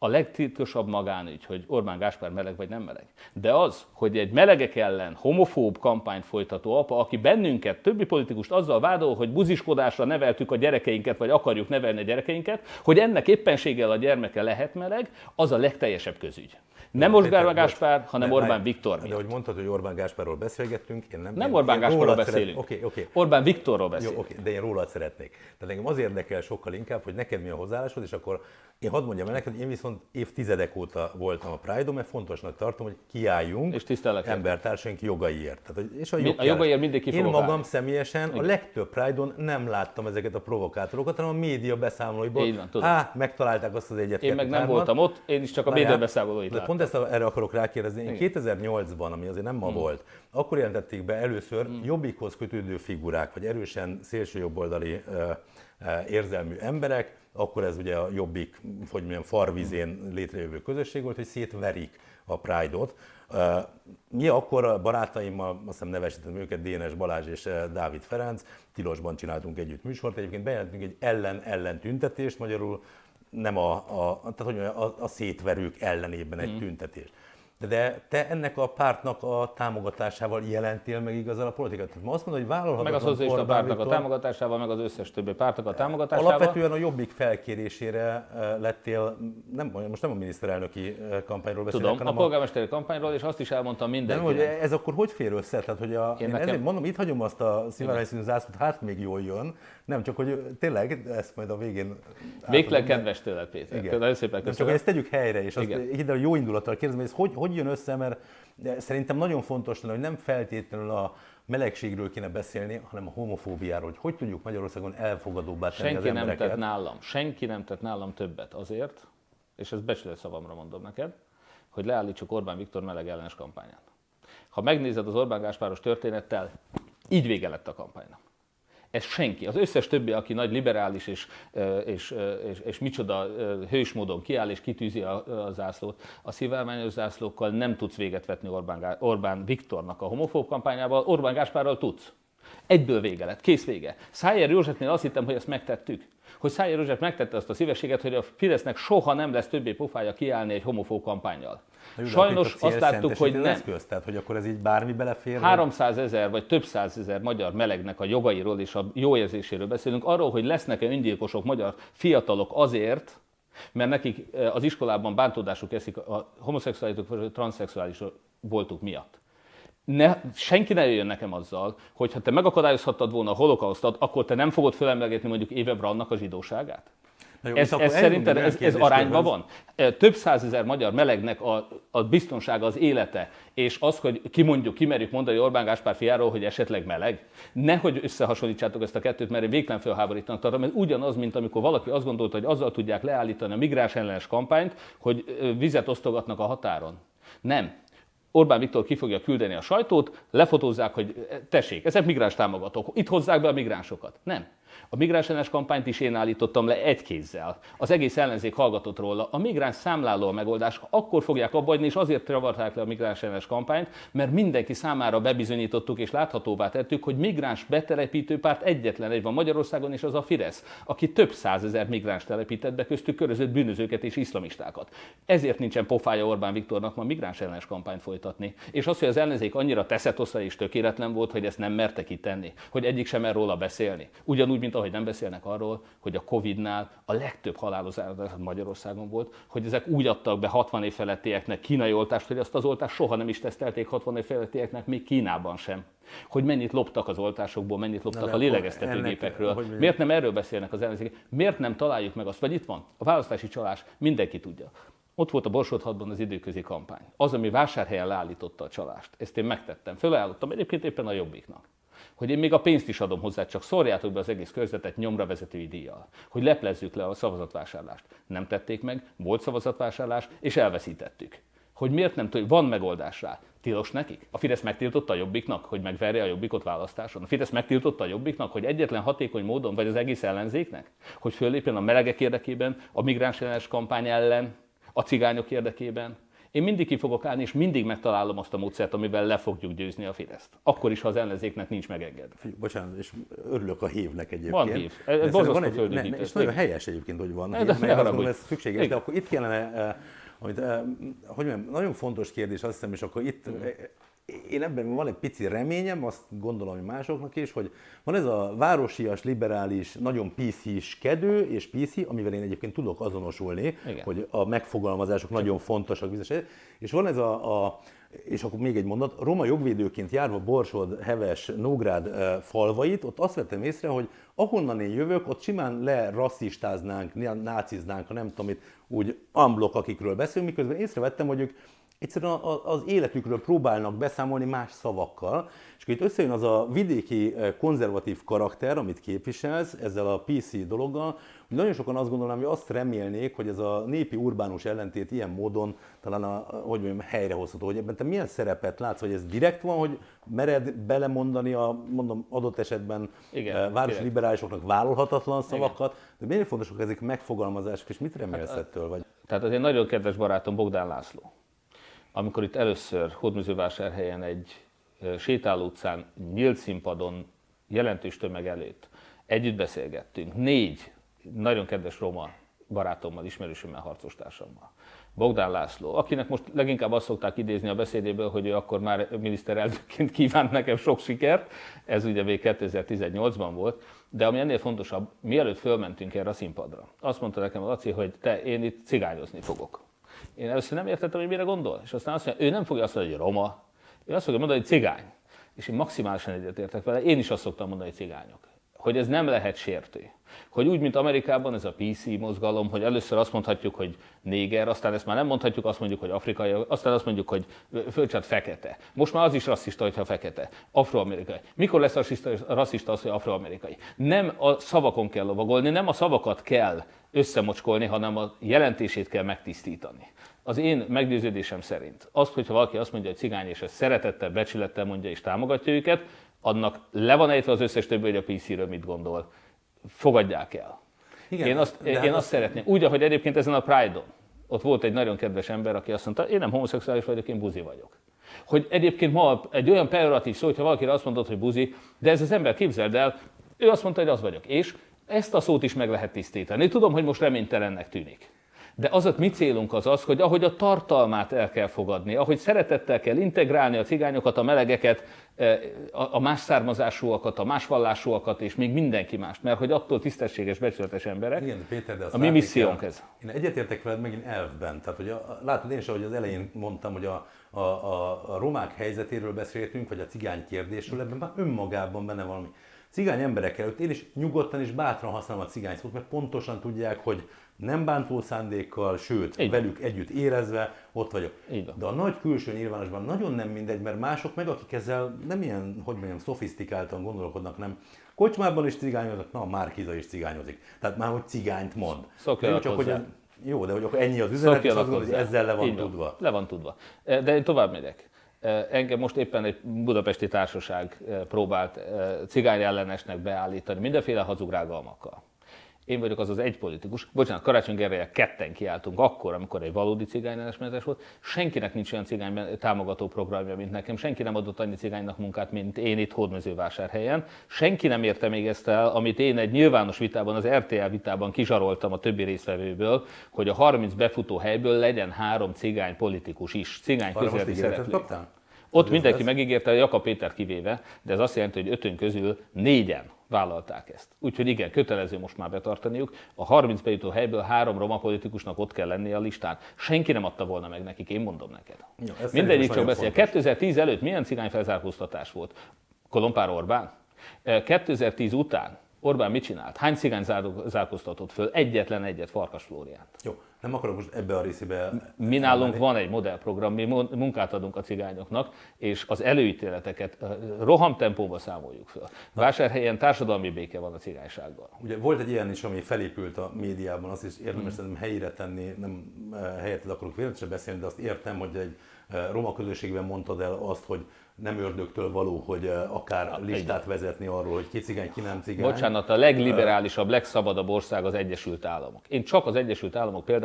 a legtitkosabb magánügy, hogy Orbán Gáspár meleg vagy nem meleg. De az, hogy egy melegek ellen homofób kampányt folytató apa, aki bennünket, többi politikust azzal vádol, hogy buziskodásra neveltük a gyerekeinket, vagy akarjuk nevelni a gyerekeinket, hogy ennek éppenséggel a gyermeke lehet meleg, az a legteljesebb közügy. Nem most Orbán Gáspár, hanem de, Orbán Viktor miatt. De hogy mondtad, hogy Orbán Gáspárról beszélgettünk, én nem... Nem én, Orbán én Gáspárról beszélünk. Szeret... Okay, okay. Orbán Viktorról beszélünk. Jó, okay, de én rólad szeretnék. Tehát engem az érdekel sokkal inkább, hogy neked mi a hozzáállásod, és akkor én hadd mondjam el neked, én viszont évtizedek óta voltam a Pride-on, mert fontosnak tartom, hogy kiálljunk és embertársaink jogaiért. Tehát, és a, Mi, a jogaiért mindig ki Én magam állni. Személyesen igen. A legtöbb Pride-on nem láttam ezeket a provokátorokat, hanem a média beszámolóiból. Így van, tudom. Á, megtalálták azt az egyet. Én meg nem voltam ott, én is csak a média beszámolóit láttam. Pont ezt erre akarok rákérdezni. Én kétezer-nyolcban, ami azért nem ma hmm. volt, akkor jelentették be először hmm. Jobbikhoz kötődő figurák, vagy erősen szélsőjobboldali uh, uh, érzelmű emberek, akkor ez ugye a Jobbik, hogy milyen farvizén létrejövő közösség volt, hogy szétverik a Pride-ot. Uh, mi akkor a barátaimmal, azt hiszem nevesítettem őket, Dénes Balázs és Dávid Ferenc, Tilosban csináltunk együtt műsort, egyébként bejelentünk egy ellen-ellen tüntetést, magyarul nem a, a, tehát, hogy a, a szétverők ellenében egy hmm. tüntetés. De te ennek a pártnak a támogatásával jelentél meg igazán a politikát? Tehát ma azt mondod, hogy vállalhatatlan meg az szocialista pártnak a támogatásával, meg az összes többi pártnak a támogatásával. Alapvetően a Jobbik felkérésére lettél, nem, most nem a miniszterelnöki kampányról beszélek, tudom, hanem a polgármesteri kampányról, és azt is elmondtam mindenkinek. De ez akkor hogy fér össze? Tehát, hogy a, én, én nekem... ezért mondom, itt hagyom azt a szivárvány színű zászlót, hát még jól jön. Nem csak, hogy tényleg, ezt majd a végén... Végleg kedves tőled, Péter. Nagyon szépen köszönöm. Csak ezt tegyük helyre, és azt ide a jó indulattal kérdezem, hogy ez hogy, hogy jön össze, mert szerintem nagyon fontos lenne, hogy nem feltétlenül a melegségről kéne beszélni, hanem a homofóbiáról, hogy hogy tudjuk Magyarországon elfogadóbbá tenni senki az embereket. Nem tett nálam, senki nem tett nálam többet azért, és ezt becsület szavamra mondom neked, hogy leállítsuk Orbán Viktor meleg ellenes kampányát. Ha megnézed az Orbán Gáspáros történettel, így vége lett a kampánynak. Ez senki, az összes többi, aki nagy liberális és, és, és, és micsoda hős módon kiáll és kitűzi a, a zászlót, a szivárványos zászlókkal nem tudsz véget vetni Orbán, Orbán Viktornak a homofób kampányával, Orbán Gáspárral tudsz. Egyből vége lett, kész vége. Szájer Józsefnél azt hittem, hogy ezt megtettük. Hogy Szájer József megtette azt a szívességet, hogy a Fidesznek soha nem lesz többé pofája kiállni egy homofób kampánnyal. Sajnos azt láttuk, hogy nem. Eszköz, tehát, hogy akkor ez így bármi belefér? háromszázezer vagy több százezer magyar melegnek a jogairól és a jó érzéséről beszélünk, arról, hogy lesznek-e öngyilkosok magyar fiatalok azért, mert nekik az iskolában bántódásuk eszik a homoszexuálisok vagy a transzszexuális boltuk miatt. Ne, senki ne jöjjön nekem azzal, hogy ha te megakadályozhattad volna a holokausztot, akkor te nem fogod fölemlegetni mondjuk Éve Braunnak a zsidóságát? Jó, ez ez szerinted ez, ez arányban van? Több százezer magyar melegnek a, a biztonsága, az élete, és az, hogy kimondjuk, kimerjük mondani Orbán Gáspár fiáról, hogy esetleg meleg, nehogy összehasonlítsátok ezt a kettőt, mert én végtelen felháborítanak tartom. Ez ugyanaz, mint amikor valaki azt gondolta, hogy azzal tudják leállítani a migráns ellenes kampányt, hogy vizet osztogatnak a határon. Nem. Orbán Viktor ki fogja küldeni a sajtót, lefotózzák, hogy tessék, ezek migráns támogatók, itt hozzák be a migránsokat. Nem. A migráns ellenes kampányt is én állítottam le egy kézzel. Az egész ellenzék hallgatott róla. A migráns számláló a megoldás, akkor fogják abbahagyni, és azért ravarták le a migráns ellenes kampányt, mert mindenki számára bebizonyítottuk és láthatóvá tettük, hogy migráns betelepítő párt egyetlen egy van Magyarországon, és az a Fidesz, aki több százezer migráns telepített be, köztük körözött bűnözőket és iszlamistákat. Ezért nincsen pofája Orbán Viktornak ma migráns ellenes kampányt folytatni. És az, hogy az ellenzék annyira teszetoszra és tökéletlen volt, hogy ezt nem mertek itt tenni, hogy egyik sem mer róla beszélni. Ugyanúgy, mint ahogy nem beszélnek arról, hogy a Covidnál a legtöbb halálozás Magyarországon volt, hogy ezek úgy adtak be hatvan év felettieknek kínai oltást, hogy azt az oltást soha nem is tesztelték hatvan év felettieknek, még Kínában sem. Hogy mennyit loptak az oltásokból, mennyit loptak Na, a lélegeztetőgépekről. Miért nem erről beszélnek az ellenzék? Miért nem találjuk meg azt? Vagy itt van, a választási csalás, mindenki tudja. Ott volt a Borsod hatban az időközi kampány. Az, ami Vásárhelyen leállította a csalást. Ezt én megtettem. Fölajánlottam egyébként éppen a Jobbiknak. Hogy én még a pénzt is adom hozzá, csak szórjátok be az egész körzetet nyomra vezetői díjjal. Hogy leplezzük le a szavazatvásárlást. Nem tették meg, volt szavazatvásárlás, és elveszítettük. Hogy miért nem tudjuk, van megoldás rá. Tilos nekik? A Fidesz megtiltotta a Jobbiknak, hogy megverje a Jobbikot választáson? A Fidesz megtiltotta a Jobbiknak, hogy egyetlen hatékony módon, vagy az egész ellenzéknek, hogy föllépjen a melegek érdekében, a migráns ellenes kampány ellen, a cigányok érdekében, Én mindig ki fogok állni, és mindig megtalálom azt a módszert, amivel le fogjuk győzni a Fideszt. Akkor is, ha az ellenzéknek nincs megengedve. Bocsánat, és örülök a hívnek egyébként. Van hív. Ez van egy, ne, ne, és nagyon helyes egyébként, hogy van hív, de mert azt mondom, ez szükséges, igen. de akkor itt kellene, amit, hogy mondjam, nagyon fontos kérdés, azt hiszem, és akkor itt én ebben van egy pici reményem, azt gondolom, hogy másoknak is, hogy van ez a városias, liberális, nagyon pé cé-skedő és pé cé, amivel én egyébként tudok azonosulni, igen. hogy a megfogalmazások Csak. nagyon fontosak biztos. És van ez a, a, és akkor még egy mondat, roma jogvédőként járva Borsod, Heves, Nógrád falvait, ott azt vettem észre, hogy ahonnan én jövök, ott simán lerasszistáznánk, náciznánk, ha nem tudom itt, úgy unblock, akikről beszélünk, miközben észrevettem, hogy ők egyszerűen az életükről próbálnak beszámolni más szavakkal, és akkor itt összejön az a vidéki konzervatív karakter, amit képviselsz ezzel a pé cé dologgal, hogy nagyon sokan azt gondolnám, hogy azt remélnék, hogy ez a népi urbánus ellentét ilyen módon talán a, hogy mondjam, helyrehozható, hogy ebben te milyen szerepet látsz, hogy ez direkt van, hogy mered belemondani a, mondom, adott esetben Igen, városi direkt. liberálisoknak vállalhatatlan szavakat, Igen. de miért fontosak ezek megfogalmazások, és mit remélsz hát, ettől? Vagy? Tehát az egy nagyon kedves barátom Bogdán László. Amikor itt először Hódmezővásárhelyen egy sétáló utcán, nyílt színpadon, jelentős tömeg előtt együtt beszélgettünk, négy nagyon kedves roma barátommal, ismerősömmel, harcostársammal. Bogdán László, akinek most leginkább azt szokták idézni a beszédéből, hogy ő akkor már miniszterelnökként kívánt nekem sok sikert, ez ugye még kétezer-tizennyolcban volt, de ami ennél fontosabb, mielőtt fölmentünk erre a színpadra, azt mondta nekem a Laci, hogy te, én itt cigányozni fogok. Én először nem értettem, hogy mire gondol, és aztán azt mondja, ő nem fogja azt mondani, hogy roma, ő azt fogja mondani, hogy cigány. És én maximálisan egyetértek vele, én is azt szoktam mondani, hogy cigányok. Hogy ez nem lehet sértő. Hogy úgy, mint Amerikában ez a pé cé mozgalom, hogy először azt mondhatjuk, hogy néger, aztán ezt már nem mondhatjuk, azt mondjuk, hogy afrikai, aztán azt mondjuk, hogy fölcsát fekete. Most már az is rasszista, hogyha fekete. Afroamerikai. Mikor lesz rasszista, rasszista az, hogy afroamerikai? Nem a szavakon kell lovagolni, nem a szavakat kell összemocskolni, hanem a jelentését kell megtisztítani. Az én meggyőződésem szerint azt, hogyha valaki azt mondja, hogy cigány, és ezt szeretettel, becsülettel mondja és támogatja őket, annak le van ejtve az összes többi, hogy a pé cé-ről mit gondol. Fogadják el. Igen, én azt, én azt, azt szeretném. Úgy, ahogy egyébként ezen a Pride-on, ott volt egy nagyon kedves ember, aki azt mondta, én nem homoszexuális vagyok, én buzi vagyok. Hogy egyébként ma egy olyan pejoratív szó, hogyha valakire azt mondod, hogy buzi, de ez az ember, képzeld el, ő azt mondta, hogy az vagyok. És ezt a szót is meg lehet tisztítani. Tudom, hogy most reménytelennek tűnik. De az a mi célunk az az, hogy ahogy a tartalmát el kell fogadni, ahogy szeretettel kell integrálni a cigányokat, a melegeket, a más származásúakat, a más vallásúakat, és még mindenki mást, mert hogy attól tisztességes, becsületes emberek. Igen, Péter, de a mi missziónk ez. Én egyetértek veled megint elvben. Tehát, hogy a, látod, én is, ahogy az elején mondtam, hogy a, a, a, a romák helyzetéről beszéltünk, vagy a cigány kérdésről, ebben már önmagában benne valami. Cigány emberek előtt én is nyugodtan és bátran használom a cigány szót, mert pontosan tudják, hogy nem bántó szándékkal, sőt, így velük együtt érezve ott vagyok. De a nagy külső nyilvánosban nagyon nem mindegy, mert mások meg, akik ezzel nem ilyen, hogy mondjam, szofisztikáltan gondolkodnak, nem. Kocsmában is cigányoznak, na a Márki-Zay is cigányozik. Tehát már, hogy cigányt mond. Szokjanak hozzá. Hogy ez, jó, de hogy akkor ennyi az üzenet, és azt mondod, hogy ezzel le van így tudva. Van. Le van tudva. De én tovább megyek. Engem most éppen egy budapesti társaság próbált cigány ellenesnek beállítani, mindenféle hazugrágalmakkal. Én vagyok az az egy politikus, bocsánat, Karácsony Gergelyel ketten kiálltunk akkor, amikor egy valódi cigányellenes volt. Senkinek nincs olyan cigány támogató programja, mint nekem, senki nem adott annyi cigánynak munkát, mint én itt Hódmezővásárhelyen. Senki nem érte még ezt el, amit én egy nyilvános vitában, az er té el vitában kizsaroltam a többi résztvevőből, hogy a harminc befutó helyből legyen három cigány politikus is, cigány közéleti szereplő. Ott mindenki ez? megígérte, Jakab Péter kivéve, de ez azt jelenti, hogy ötön közül négyen vállalták ezt. Úgyhogy igen, kötelező most már betartaniuk. A harminc bejutó helyből három roma politikusnak ott kell lennie a listán. Senki nem adta volna meg nekik, én mondom neked. Jó, mindegyik csak beszél. kétezer-tíz előtt milyen cigány felzárkóztatás volt? Kolompár Orbán? kétezer-tíz után Orbán mit csinált? Hány cigány zárkóztatott föl? Egyetlen egyet, Farkas Flóriánt. Jó, nem akarok most ebbe a részébe... Mi nálunk van egy modellprogram, mi munkát adunk a cigányoknak, és az előítéleteket rohamtempóban számoljuk föl. Vásárhelyen társadalmi béke van a cigánysággal. Ugye volt egy ilyen is, ami felépült a médiában, azt is érdemes hmm. helyére tenni, nem helyetted akarok véletlenül beszélni, de azt értem, hogy egy roma közösségben mondtad el azt, hogy nem ördögtől való, hogy akár listát vezetni arról, hogy ki cigány, ki nem cigány. Bocsánat, a legliberálisabb, legszabadabb ország az Egyesült Államok. Én csak az Egyesült Államok példáját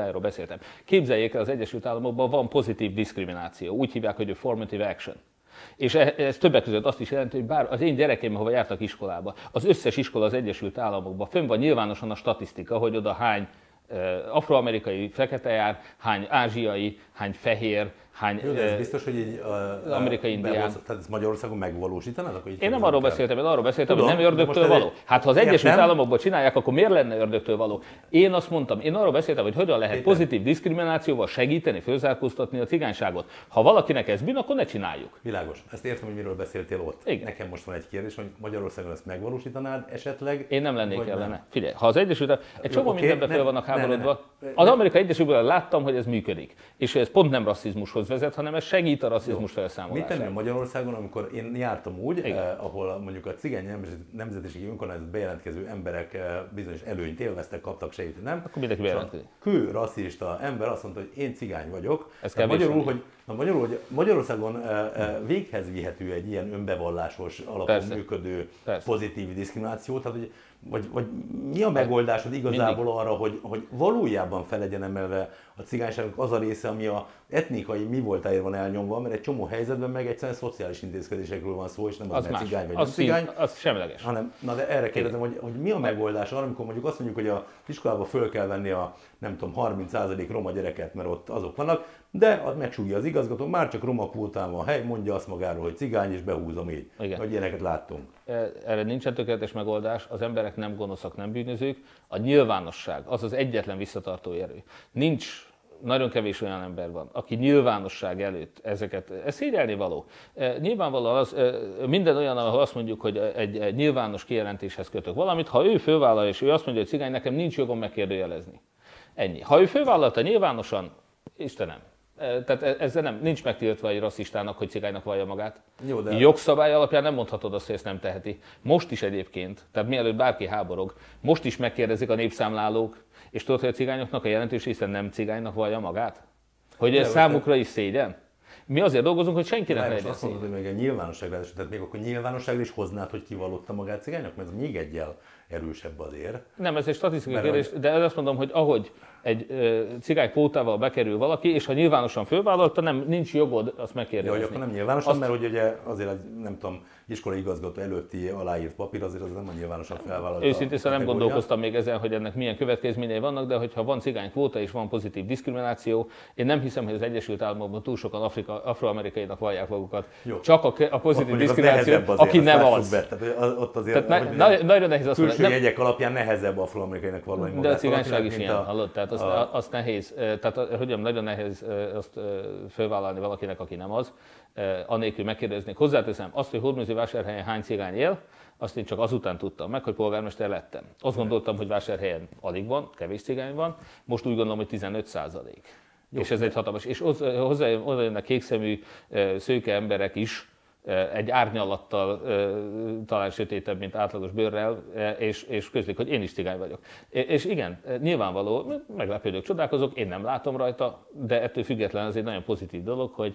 politikájáról beszéltem. Képzeljék el, az Egyesült Államokban van pozitív diszkrimináció, úgy hívják, hogy affirmative action. És ez többek között azt is jelenti, hogy bár az én gyerekeim, hova jártak iskolába, az összes iskola az Egyesült Államokban, fönn van nyilvánosan a statisztika, hogy oda hány afroamerikai fekete jár, hány ázsiai, hány fehér, hány Jó, de ez biztos, hogy így uh, amerikai indián. Tehát ezt Magyarországon megvalósítanának? Én nem arról beszéltem, én arról beszéltem, Tudom, hogy nem ördögtől való. Hát ha az Egyesült értem. Államokban csinálják, akkor miért lenne ördögtől való? Én azt mondtam, én arról beszéltem, hogy hogyan lehet Péter. pozitív diszkriminációval segíteni, fölzárkóztatni a cigányságot. Ha valakinek ez bűn, akkor ne csináljuk. Világos. Ezt értem, hogy miről beszéltél ott. Igen. Nekem most van egy kérdés, hogy Magyarországon ezt megvalósítanád esetleg? Én nem lennék ellene. Nem. Figyelj, ha az Egyesült egy csomó okay, mindenben fel vannak háborodva. Az Amerikai Egyesült Államokban láttam, hogy ez működik. És ez pont nem rasszizmushoz vezet, hanem ez segít a rasszizmus felszámolásában. Mit tenni Magyarországon, amikor én jártam úgy, eh, ahol mondjuk a cigány nemzetiségi önkormányzat bejelentkező emberek eh, bizonyos előnyt élveztek, kaptak segítséget, nem? Akkor mindenki bejelentkezik. Kő rasszista ember azt mondta, hogy én cigány vagyok. Ez kell magyarul, hogy, na, magyarul, hogy Magyarországon eh, eh, véghez vihető egy ilyen önbevallásos alapon Persze. működő Persze. pozitív diszkrimináció, tehát hogy Vagy, vagy mi a megoldásod igazából Mindig. arra, hogy, hogy valójában fel legyen emelve a cigányságnak az a része, ami a etnikai mi voltáért van elnyomva, mert egy csomó helyzetben meg egyszerűen szociális intézkedésekről van szó, és nem az, az mert cigány vagy az nem cigány. Az semleges. Hanem, na de erre kérdezem, hogy, hogy mi a megoldás arra, amikor mondjuk azt mondjuk, hogy az iskolába föl kell venni a nem tudom, harminc százalék roma gyereket, mert ott azok vannak, de megsúgja az igazgató, már csak roma kvótán van hely, mondja azt magáról, hogy cigány, és behúzom így. Igen. Hogy ilyeneket láttunk. Erre nincsen tökéletes megoldás, az emberek nem gonoszak, nem bűnözők, a nyilvánosság az az egyetlen visszatartó erő. Nincs, nagyon kevés olyan ember van, aki nyilvánosság előtt ezeket, ez szégyelni való. Nyilvánvalóan az, minden olyan, ahol azt mondjuk, hogy egy, egy nyilvános kijelentéshez kötök valamit, ha ő fővállalja, és ő azt mondja, hogy cigány, nekem nincs jogom megkérdőjelezni. Ennyi. Ha ő fővállalta nyilvánosan, Istenem, tehát ezzel nem, nincs megtiltva egy rasszistának, hogy cigánynak vallja magát. Jó, de... Jogszabály alapján nem mondhatod azt, hogy ezt nem teheti. Most is egyébként, tehát mielőtt bárki háborog, most is megkérdezik a népszámlálók, és tudod, hogy a cigányoknak a jelentős része nem cigánynak vallja magát? Hogy ez számukra is szégyen? Mi azért dolgozunk, hogy senkinek ne legyen azt mondod, hogy még egy nyilvánosságra, tehát még akkor nyilvánosságra is hoznád, hogy kivallotta magát cigánynak, mert ez még egyel erősebb azért. Nem, ez egy statisztikai kérdés, de azt mondom, hogy ahogy egy ö, cigány kvótával bekerül valaki, és ha nyilvánosan fölvállalta, nem, nincs jogod azt megkérdezni. Ja, hogy akkor nem nyilvánosan, azt... mert hogy ugye azért, nem tudom, iskolai igazgató előtti aláírt papír, azért az nem a nyilvánosan felvállalta. Őszintén szóval nem gondolkoztam még ezen, hogy ennek milyen következményei vannak, de hogyha van cigány kvóta és van pozitív diszkrimináció, én nem hiszem, hogy az Egyesült Államokban túl sokan Afrika, afroamerikainak vallják magukat. Jó. Csak a, a pozitív diszkrimináció, azért, aki nem az. Be. Tehát ott azért, Tehát ne, nagyon nehéz azt mondani. Külső jegyek alapján nehezebb afroamerikainak vallani magát. De a cigányság is ilyen, a, hallott? Tehát azt, a... azt nehéz, tehát hogy nagyon nehéz azt fölvállalni valakinek, aki nem az. Anélkül megkérdeznék. Hozzáteszem, azt, hogy Hódmezővásárhelyen hány cigány él, azt én csak azután tudtam meg, hogy polgármester lettem. Azt gondoltam, hogy Vásárhelyen alig van, kevés cigány van, most úgy gondolom, hogy tizenöt százalék. És ez egy hatalmas. És hozzá jönnek kékszemű szőke emberek is, egy árnyalattal, talán sötétebb, mint átlagos bőrrel, és, és közlik, hogy én is cigány vagyok. És igen, nyilvánvaló, meglepődök, csodálkozok, én nem látom rajta, de ettől függetlenül ez egy nagyon pozitív dolog, hogy,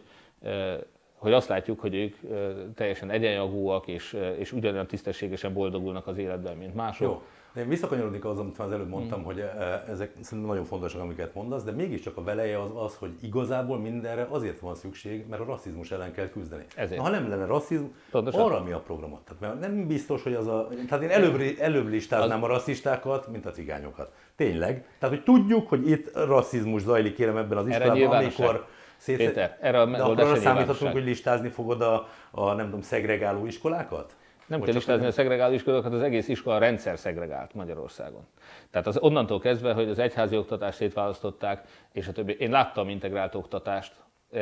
hogy azt látjuk, hogy ők teljesen egyenjogúak, és, és ugyanolyan tisztességesen boldogulnak az életben, mint mások. Jó. De én visszakanyarodik azon, amit az előbb mondtam, mm. hogy ezek szerintem nagyon fontosak, amiket mondasz, de mégiscsak a veleje az az, hogy igazából mindenre azért van szükség, mert a rasszizmus ellen kell küzdeni. Ezért. Na, ha nem lenne rasszizmus, arra mi a programot? Tehát, mert nem biztos, hogy az a... Tehát én előbb, előbb listáznám az... a rasszistákat, mint a cigányokat. Tényleg. Tehát, hogy tudjuk, hogy itt rasszizmus zajlik, kérem, ebben az iskolában, amikor... Szét... Péter, erre a de akkor arra számíthatunk, hogy listázni fogod a, a nem tudom, szegregáló iskolákat? Nem kell listázni a szegregáló iskolákat, az egész iskola rendszer szegregált Magyarországon. Tehát az onnantól kezdve, hogy az egyházi oktatást szétválasztották, és a többi. Én láttam integrált oktatást.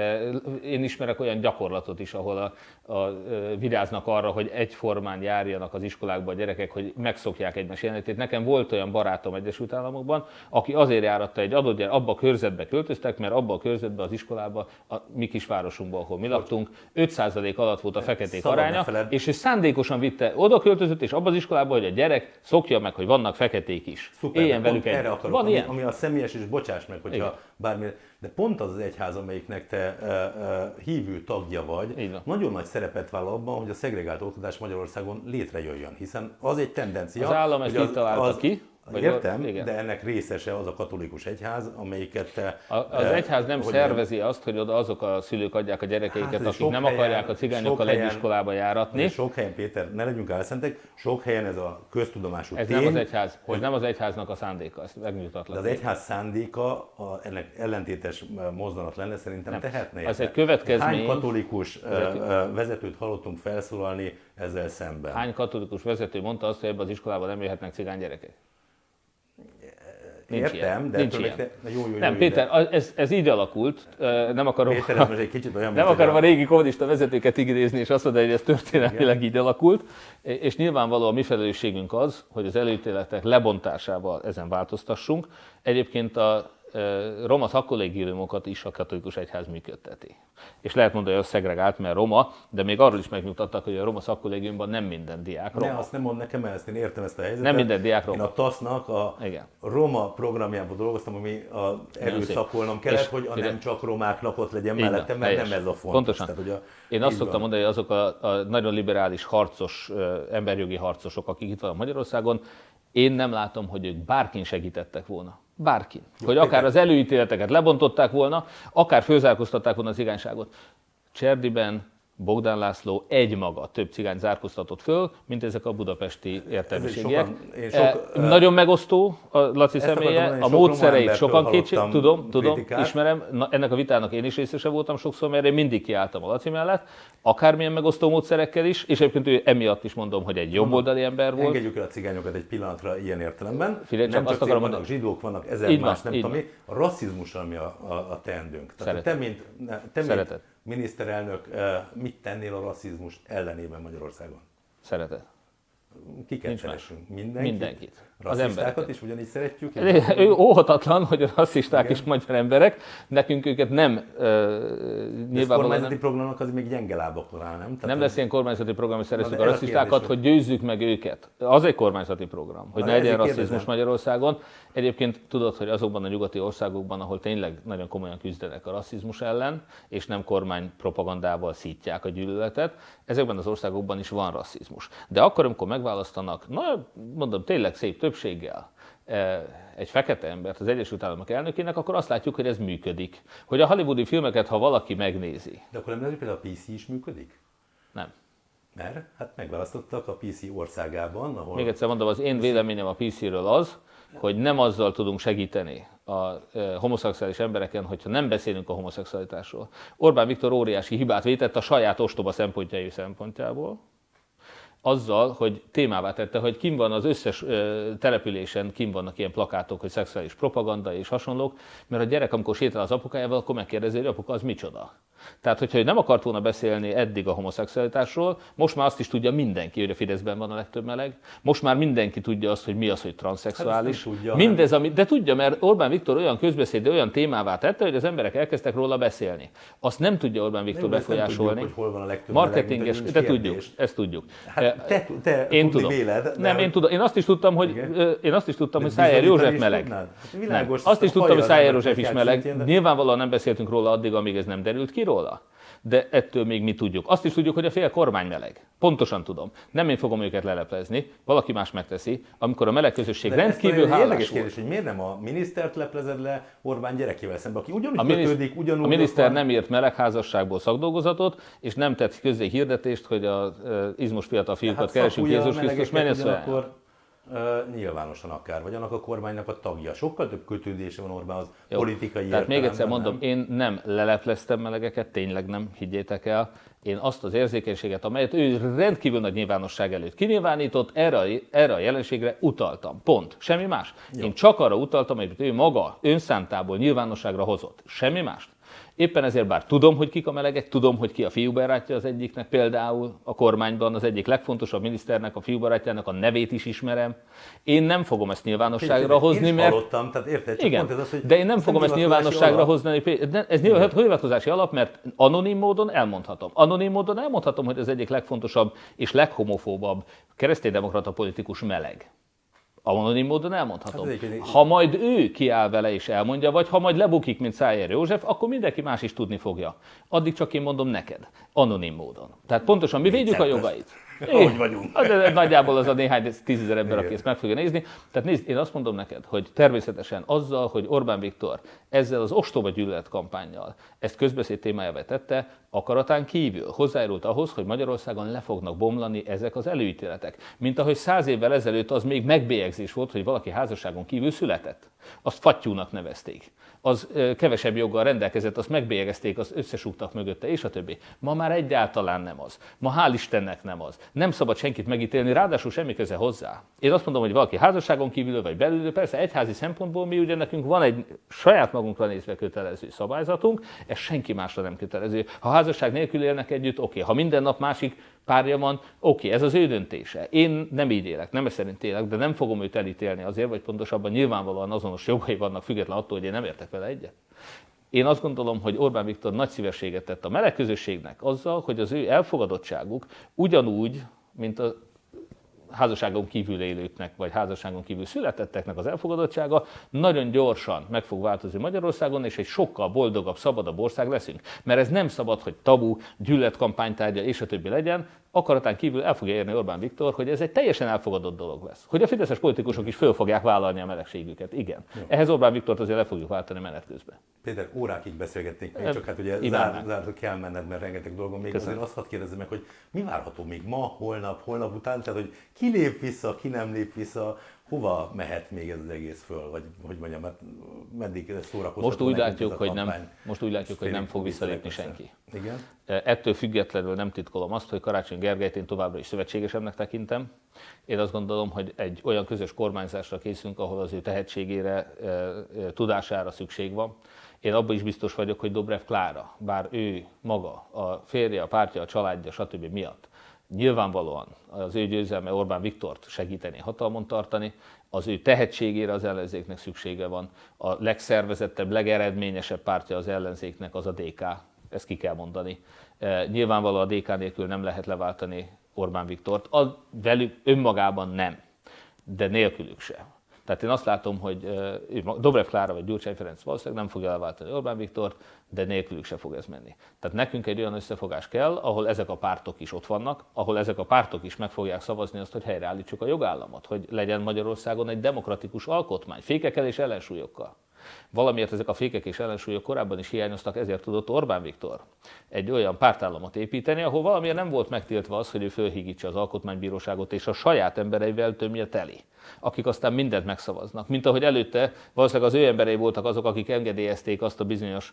Én ismerek olyan gyakorlatot is, ahol a, a, vigyáznak arra, hogy egyformán járjanak az iskolákba a gyerekek, hogy megszokják egymás jelenlétét. Nekem volt olyan barátom Egyesült Államokban, aki azért járatta egy adott gyerek, abba a körzetbe költöztek, mert abba a körzetbe az iskolába, a mi kisvárosunkban, ahol mi laktunk, öt százalék alatt volt a feketék aránya, és ő szándékosan vitte, oda költözött, és abba az iskolába, hogy a gyerek szokja meg, hogy vannak feketék is. Szuper, éljen velük egy. Erre akarok, Van ami, ilyen? Ami a személyes, és bocsáss meg, hogyha bármi, de pont az az egyház, amelyiknek te uh, uh, hívő tagja vagy, nagyon nagy szerepet vállal abban, hogy a szegregált oktatás Magyarországon létrejöjjön, hiszen az egy tendencia. Az állam ezt így találta ki. Vagy Értem, igen. de ennek részese az a katolikus egyház, amelyiket te... Az egyház nem szervezi azt, hogy oda azok a szülők adják a gyerekeiket, hát, akik nem helyen, akarják a cigányokkal egy iskolába járatni. Sok helyen, Péter, ne legyünk álszentek, sok helyen ez a köztudomású ez tény. Nem az egyház, hogy ez nem az egyháznak a szándéka, ezt megnyugtatlak. De az egyház szándéka, a, ennek ellentétes mozzanat lenne, szerintem nem. tehetne. Ez egy következmény. Hány katolikus egy... vezetőt hallottunk felszólalni ezzel szemben? Hány katolikus vezető mondta azt, hogy ebben az iskolában nem jöhetnek cigány gyerekek? Nincs Értem, ilyen. de Nincs ilyen. Te, jó, jó, nem, jó, Péter, de... ez, ez így alakult, nem akarom, Péter, ez most egy kicsit olyan, nem akarom a... a régi kommunista vezetőket idézni, és azt mondani, hogy ez történelmileg így alakult, és nyilvánvalóan a mi felelősségünk az, hogy az előítéletek lebontásával ezen változtassunk. Egyébként a roma szakkollégiumokat is a katolikus egyház működteti. És lehet mondani, hogy az szegregált, mert roma, de még arról is megnyugtattak, hogy a roma szakkollégiumban nem minden diák roma. Ne, azt nem mond nekem ezt, én értem ezt a helyzetet. Nem minden diák roma. Én a TASZ-nak a Igen. roma programjában dolgoztam, ami erőszakolnom kellett, és hogy a nem csak romák lakott legyen mellettem, mert helyes. Nem ez a fontos. Pontosan. Tehát, hogy a, én azt szoktam mondani, hogy azok a, a nagyon liberális harcos, emberjogi harcosok, akik itt vannak Magyarországon, én nem látom, hogy ők bárkin segítettek volna. Bárki. Jó, hogy akár az előítéleteket lebontották volna, akár fölzárkóztatták volna a cigányságot. Cserdiben Bogdán László egymaga több cigány zárkóztatott föl, mint ezek a budapesti értelmiségiek. Sok, e, nagyon megosztó a Laci személye, mondani, a módszereit sokan kétség, tudom, tudom, ismerem, na, ennek a vitának én is részese voltam sokszor, mert én mindig kiálltam a Laci mellett, akármilyen megosztó módszerekkel is, és egyébként ő emiatt is mondom, hogy egy jobboldali ember volt. Engedjük el a cigányokat egy pillanatra ilyen értelemben. Figyelj, nem csak csak azt vannak zsidók, vannak ezer így más, van, nem tudom mi. A rasszizmus, ami a, a, a teendőnk. Tehát te, mint, te mint miniszterelnök, mit tennél a rasszizmus ellenében Magyarországon? Szeretet. Kiket szeressünk? Mindenkit? Mindenkit. Rasszistákat is ugyanígy szeretjük? Ő óhatatlan, hogy a rasszisták Igen. is magyar emberek, nekünk őket nem uh, nyilvánvalóan... Ez kormányzati programnak az még gyenge lábakon áll, nem? Tehát nem lesz ilyen kormányzati program, hogy szerezzük a rasszistákat, hogy győzzük meg őket. Az egy kormányzati program, hogy ne legyen rasszizmus Magyarországon. Egyébként tudod, hogy azokban a nyugati országokban, ahol tényleg nagyon komolyan küzdenek a rasszizmus ellen, és nem kormány propagandával szítják a gyűlöletet, ezekben az országokban is van rasszizmus. De akkor, amikor megválasztanak, na, mondom, tényleg szép többséggel egy fekete embert az Egyesült Államok elnökének, akkor azt látjuk, hogy ez működik. Hogy a hollywoodi filmeket, ha valaki megnézi. De akkor nem lehet, hogy például a pé cé is működik? Nem. Mert hát megválasztottak a pé cé országában, ahol... Még egyszer mondom, az én véleményem a pé céről az, hogy nem azzal tudunk segíteni a homoszexuális embereken, hogyha nem beszélünk a homoszexualitásról. Orbán Viktor óriási hibát vétett a saját ostoba szempontjai szempontjából, azzal, hogy témává tette, hogy kim van az összes ö, településen, kim vannak ilyen plakátok, hogy szexuális propaganda és hasonlók, mert a gyerek, amikor sétál az apukájával, akkor megkérdezi, hogy apuka, az micsoda. Tehát, hogyha ő nem akart volna beszélni eddig a homoszexualitásról, most már azt is tudja mindenki, hogy a Fideszben van a legtöbb meleg. Most már mindenki tudja azt, hogy mi az, hogy transzexuális. Hát tudja, Mindez, ami, de tudja, mert Orbán Viktor olyan közbeszéd, olyan témává tette, hogy az emberek elkezdtek róla beszélni. Azt nem tudja Orbán Viktor nem, befolyásolni. Nem tudjuk, hogy hol van a legtöbb marketinges, meleg, de tudjuk, ezt tudjuk. Hát te, te én tudom. Véled, nem, én tudom. Én azt is tudtam, hogy igen. én azt is tudtam, hogy Szájer József meleg. Hát világos, azt is tudtam, hogy Szájer József is meleg. Nyilvánvalóan nem beszéltünk róla addig, amíg ez nem derült ki róla. De ettől még mi tudjuk. Azt is tudjuk, hogy a fél kormány meleg. Pontosan tudom. Nem én fogom őket leleplezni, valaki más megteszi, amikor a meleg közösség de rendkívül hálás érdekes kérdés, hogy miért nem a minisztert leplezed le Orbán gyerekével szemben, aki ugyanúgy a kötődik, ugyanúgy... A miniszter van... nem írt melegházasságból szakdolgozatot, és nem tett közzé hirdetést, hogy az izmos fiatal fiúkat hát keresünk Jézus Krisztus mennyesztőjén. Uh, nyilvánosan akár, vagy annak a kormánynak a tagja. Sokkal több kötődése van Orbánhoz politikai Tehát még egyszer mondom, nem? Én nem lelepleztem melegeket, tényleg nem, higgyétek el. Én azt az érzékenységet, amelyet ő rendkívül nagy nyilvánosság előtt kinyilvánított, erre, erre a jelenségre utaltam. Pont. Semmi más. Jó. Én csak arra utaltam, hogy ő maga önszántából nyilvánosságra hozott. Semmi mást. Éppen ezért bár tudom, hogy kik a melegek, tudom, hogy ki a fiúbarátja az egyiknek, például a kormányban az egyik legfontosabb miniszternek, a fiúbarátjának a nevét is ismerem. Én nem fogom ezt nyilvánosságra én hozni, én mert... hallottam, tehát érted, csak igen, pont ez az, hogy de én nem fogom ezt nyilvánosságra alap. hozni. Ez hivatkozási alap, mert anonim módon elmondhatom. Anonim módon elmondhatom, hogy az egyik legfontosabb és leghomofóbabb kereszténydemokrata politikus meleg. Anonim módon elmondhatom. Hát ha majd ő kiáll vele és elmondja, vagy ha majd lebukik, mint Szájer József, akkor mindenki más is tudni fogja. Addig csak én mondom neked. Anonim módon. Tehát pontosan mi védjük a jogait. ahogy vagyunk. De nagyjából az a néhány tízezer ember, aki ezt meg fogja nézni. Tehát nézd, én azt mondom neked, hogy természetesen azzal, hogy Orbán Viktor ezzel az ostoba gyűlöletkampánnyal ezt közbeszéd témájává tette, akaratán kívül hozzájárult ahhoz, hogy Magyarországon le fognak bomlani ezek az előítéletek. Mint ahogy száz évvel ezelőtt az még megbélyegzés volt, hogy valaki házasságon kívül született. Azt fattyúnak nevezték. Az kevesebb joggal rendelkezett, azt megbélyegezték, azt összesúgtak mögötte, és a többi. Ma már egyáltalán nem az. Ma hál' Istennek nem az. Nem szabad senkit megítélni, ráadásul semmi köze hozzá. Én azt mondom, hogy valaki házasságon kívül vagy belül, persze egyházi szempontból mi ugye nekünk van egy saját magunkra nézve kötelező szabályzatunk, ez senki másra nem kötelező. Ha házasság nélkül élnek együtt, oké. Okay. Ha minden nap másik párja van, oké, okay, ez az ő döntése. Én nem így élek, nem ezt szerint élek, de nem fogom őt elítélni azért, vagy pontosabban nyilvánvalóan azonos jogai vannak, független attól, hogy én nem értek vele egyet. Én azt gondolom, hogy Orbán Viktor nagy szívességet tett a meleg közösségnek azzal, hogy az ő elfogadottságuk ugyanúgy, mint a házasságon kívül élőknek, vagy házasságon kívül születetteknek az elfogadottsága nagyon gyorsan meg fog változni Magyarországon, és egy sokkal boldogabb, szabadabb ország leszünk. Mert ez nem szabad, hogy tabu, gyűlöletkampánytárgya és a többi legyen, akaratán kívül el fogja érni Orbán Viktor, hogy ez egy teljesen elfogadott dolog lesz. Hogy a fideszes politikusok is föl fogják vállalni a melegségüket. Igen. Jó. Ehhez Orbán Viktort azért le fogjuk váltani menet közben. Péter, órákig beszélgetnénk még, csak hát ugye zárt, zárt, kell menned, mert rengeteg dolgom még. Köszönöm. Azért azt hadd kérdezzem meg, hogy mi várható még ma, holnap, holnap után, tehát hogy ki lép vissza, ki nem lép vissza, hova mehet még ez az egész föl, vagy hogy mondjam, mert meddig szórakoztató. Most úgy látjuk, hogy nem, most úgy látjuk, hogy nem fog visszalépni senki. Igen? Ettől függetlenül nem titkolom azt, hogy Karácsony Gergelyt én továbbra is szövetségesemnek tekintem. Én azt gondolom, hogy egy olyan közös kormányzásra készülünk, ahol az ő tehetségére, tudására szükség van. Én abban is biztos vagyok, hogy Dobrev Klára, bár ő maga, a férje, a pártja, a családja, stb. Miatt nyilvánvalóan az ő győzelme Orbán Viktort segíteni hatalmon tartani, az ő tehetségére az ellenzéknek szüksége van. A legszervezettebb, legeredményesebb pártja az ellenzéknek az a dé ká, ezt ki kell mondani. Nyilvánvalóan a dé ká nélkül nem lehet leváltani Orbán Viktort, a, velük önmagában nem, de nélkülük sem. Tehát én azt látom, hogy Dobrev Klára vagy Gyurcsány Ferenc valószínűleg nem fogja elváltani Orbán Viktort, de nélkülük se fog ez menni. Tehát nekünk egy olyan összefogás kell, ahol ezek a pártok is ott vannak, ahol ezek a pártok is meg fogják szavazni azt, hogy helyreállítsuk a jogállamot, hogy legyen Magyarországon egy demokratikus alkotmány, fékekkel és ellensúlyokkal. Valamiért ezek a fékek és ellensúlyok korábban is hiányoztak, ezért tudott Orbán Viktor egy olyan pártállamot építeni, ahol valamiért nem volt megtiltva az, hogy ő fölhígítsa az alkotmánybíróságot és a saját embereivel tömje teli, akik aztán mindent megszavaznak. Mint ahogy előtte valószínűleg az ő emberei voltak azok, akik engedélyezték azt a bizonyos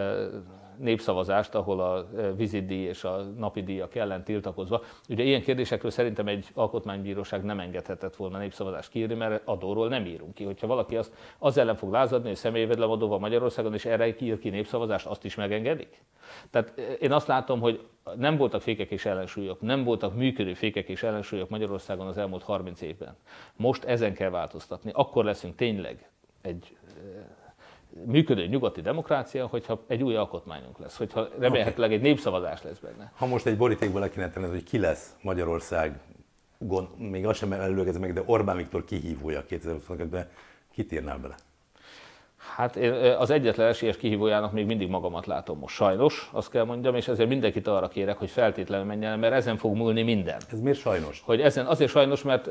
népszavazást, ahol a vizitdíj és a napi díjak ellen tiltakozva. Ugye ilyen kérdésekről szerintem egy alkotmánybíróság nem engedhetett volna népszavazást kiírni, mert adóról nem írunk ki. Hogyha valaki azt az ellen fog lázadni, hogy személyvédelem van Magyarországon, és erre kiír ki népszavazást, azt is megengedik? Tehát én azt látom, hogy nem voltak fékek és ellensúlyok, nem voltak működő fékek és ellensúlyok Magyarországon az elmúlt harminc évben. Most ezen kell változtatni. Akkor leszünk tényleg egy működő nyugati demokrácia, hogyha egy új alkotmányunk lesz, hogyha remélhetőleg egy népszavazás lesz benne. Ha most egy borítékban le kéne tenni, hogy ki lesz Magyarország, gond, még azt sem előlegezem meg, de Orbán Viktor kihívója kétezer-huszonkettőben, kit írnál bele? Hát én az egyetlen esélyes kihívójának még mindig magamat látom most, sajnos, azt kell mondjam, és ezért mindenkit arra kérek, hogy feltétlenül menjen, mert ezen fog múlni minden. Ez miért sajnos? Hogy ezen, azért sajnos, mert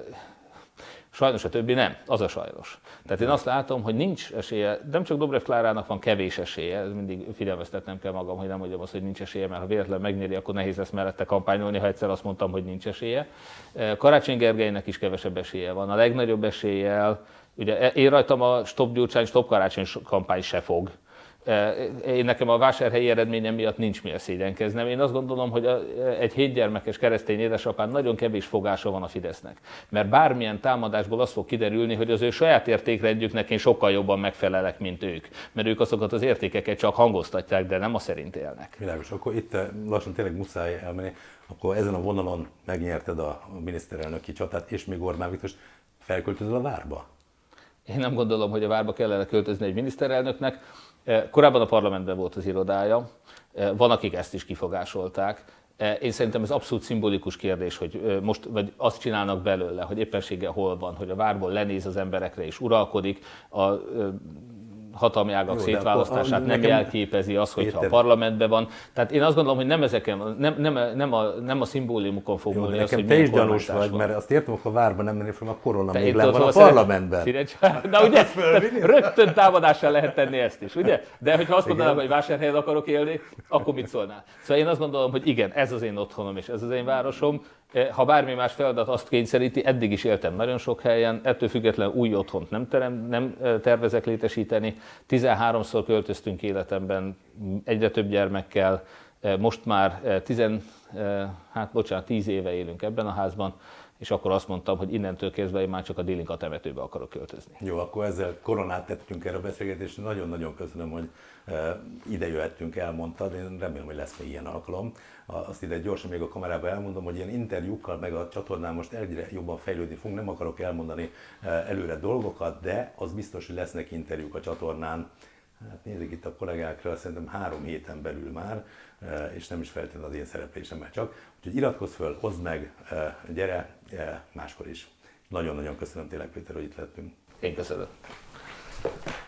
sajnos a többi nem, az a sajnos. Tehát én azt látom, hogy nincs esélye, nem csak Dobrev Klárának van kevés esélye, ez mindig figyelmeztetnem kell magam, hogy nem mondjam azt, hogy nincs esélye, mert ha véletlenül megnyeri, akkor nehéz lesz mellette kampányolni, ha egyszer azt mondtam, hogy nincs esélye. Karácsony Gergelynek is kevesebb esélye van. A legnagyobb eséllyel, ugye én rajtam a Stop Gyurcsány, Stop Karácsony kampány se fog. Én nekem a vásárhelyi eredményem miatt nincs miért szégyenkeznem. Én azt gondolom, hogy egy hétgyermekes keresztény édesapán nagyon kevés fogása van a Fidesznek. Mert bármilyen támadásból az fog kiderülni, hogy az ő saját értékrendjüknek én sokkal jobban megfelelek, mint ők. Mert ők azokat az értékeket csak hangoztatják, de nem a szerint élnek. Világos, akkor itt lassan tényleg muszáj elmenni. Akkor ezen a vonalon megnyerted a miniszterelnöki csatát, és még Orbán Viktor, felköltözöl a Várba? Én nem gondolom, hogy a Várba kellene költözni egy miniszterelnöknek. Korábban a parlamentben volt az irodája, van, akik ezt is kifogásolták. Én szerintem ez abszolút szimbolikus kérdés, hogy most vagy azt csinálnak belőle, hogy éppenséggel hol van, hogy a Várból lenéz az emberekre és uralkodik. A hatalmi ágak Jó, szétválasztását a, nem nekem... jelképezi az, hogyha Péter. a parlamentben van. Tehát én azt gondolom, hogy nem ezeken, nem, nem, nem, a, nem a szimbólumokon fog múlni az, hogy te is milyen gyanús vagy, van. mert azt értem, akkor várban nem menni fel, a korona Te még le van a szeret... parlamentben. Na ugye, rögtön támadással lehet tenni ezt is, ugye? De hogyha azt mondanám, hogy Vásárhelyen akarok élni, akkor mit szólnál? Szóval én azt gondolom, hogy igen, ez az én otthonom és ez az én városom. Ha bármi más feladat azt kényszeríti, eddig is éltem nagyon sok helyen, ettől függetlenül új otthont nem, terem, nem tervezek létesíteni. tizenháromszor költöztünk életemben, egyre több gyermekkel, most már tizen, hát bocsánat, tíz éve élünk ebben a házban, és akkor azt mondtam, hogy innentől kezdve én már csak a Délinka temetőbe akarok költözni. Jó, akkor ezzel koronát tettünk erre a beszélgetésre. Nagyon-nagyon köszönöm, hogy ide jöhettünk, elmondtad. Én remélem, hogy lesz még ilyen alkalom. Azt ide gyorsan még a kamerába elmondom, hogy ilyen interjúkkal meg a csatornán most egyre jobban fejlődni fogunk. Nem akarok elmondani előre dolgokat, de az biztos, hogy lesznek interjúk a csatornán. Hát nézzük itt a kollégákra, szerintem három héten belül már, és nem is feltétlenül az én szereplésemmel csak. Úgyhogy iratkozz föl, hozd meg, gyere, máskor is. Nagyon-nagyon köszönöm tényleg, Péter, hogy itt lettünk. Én köszönöm.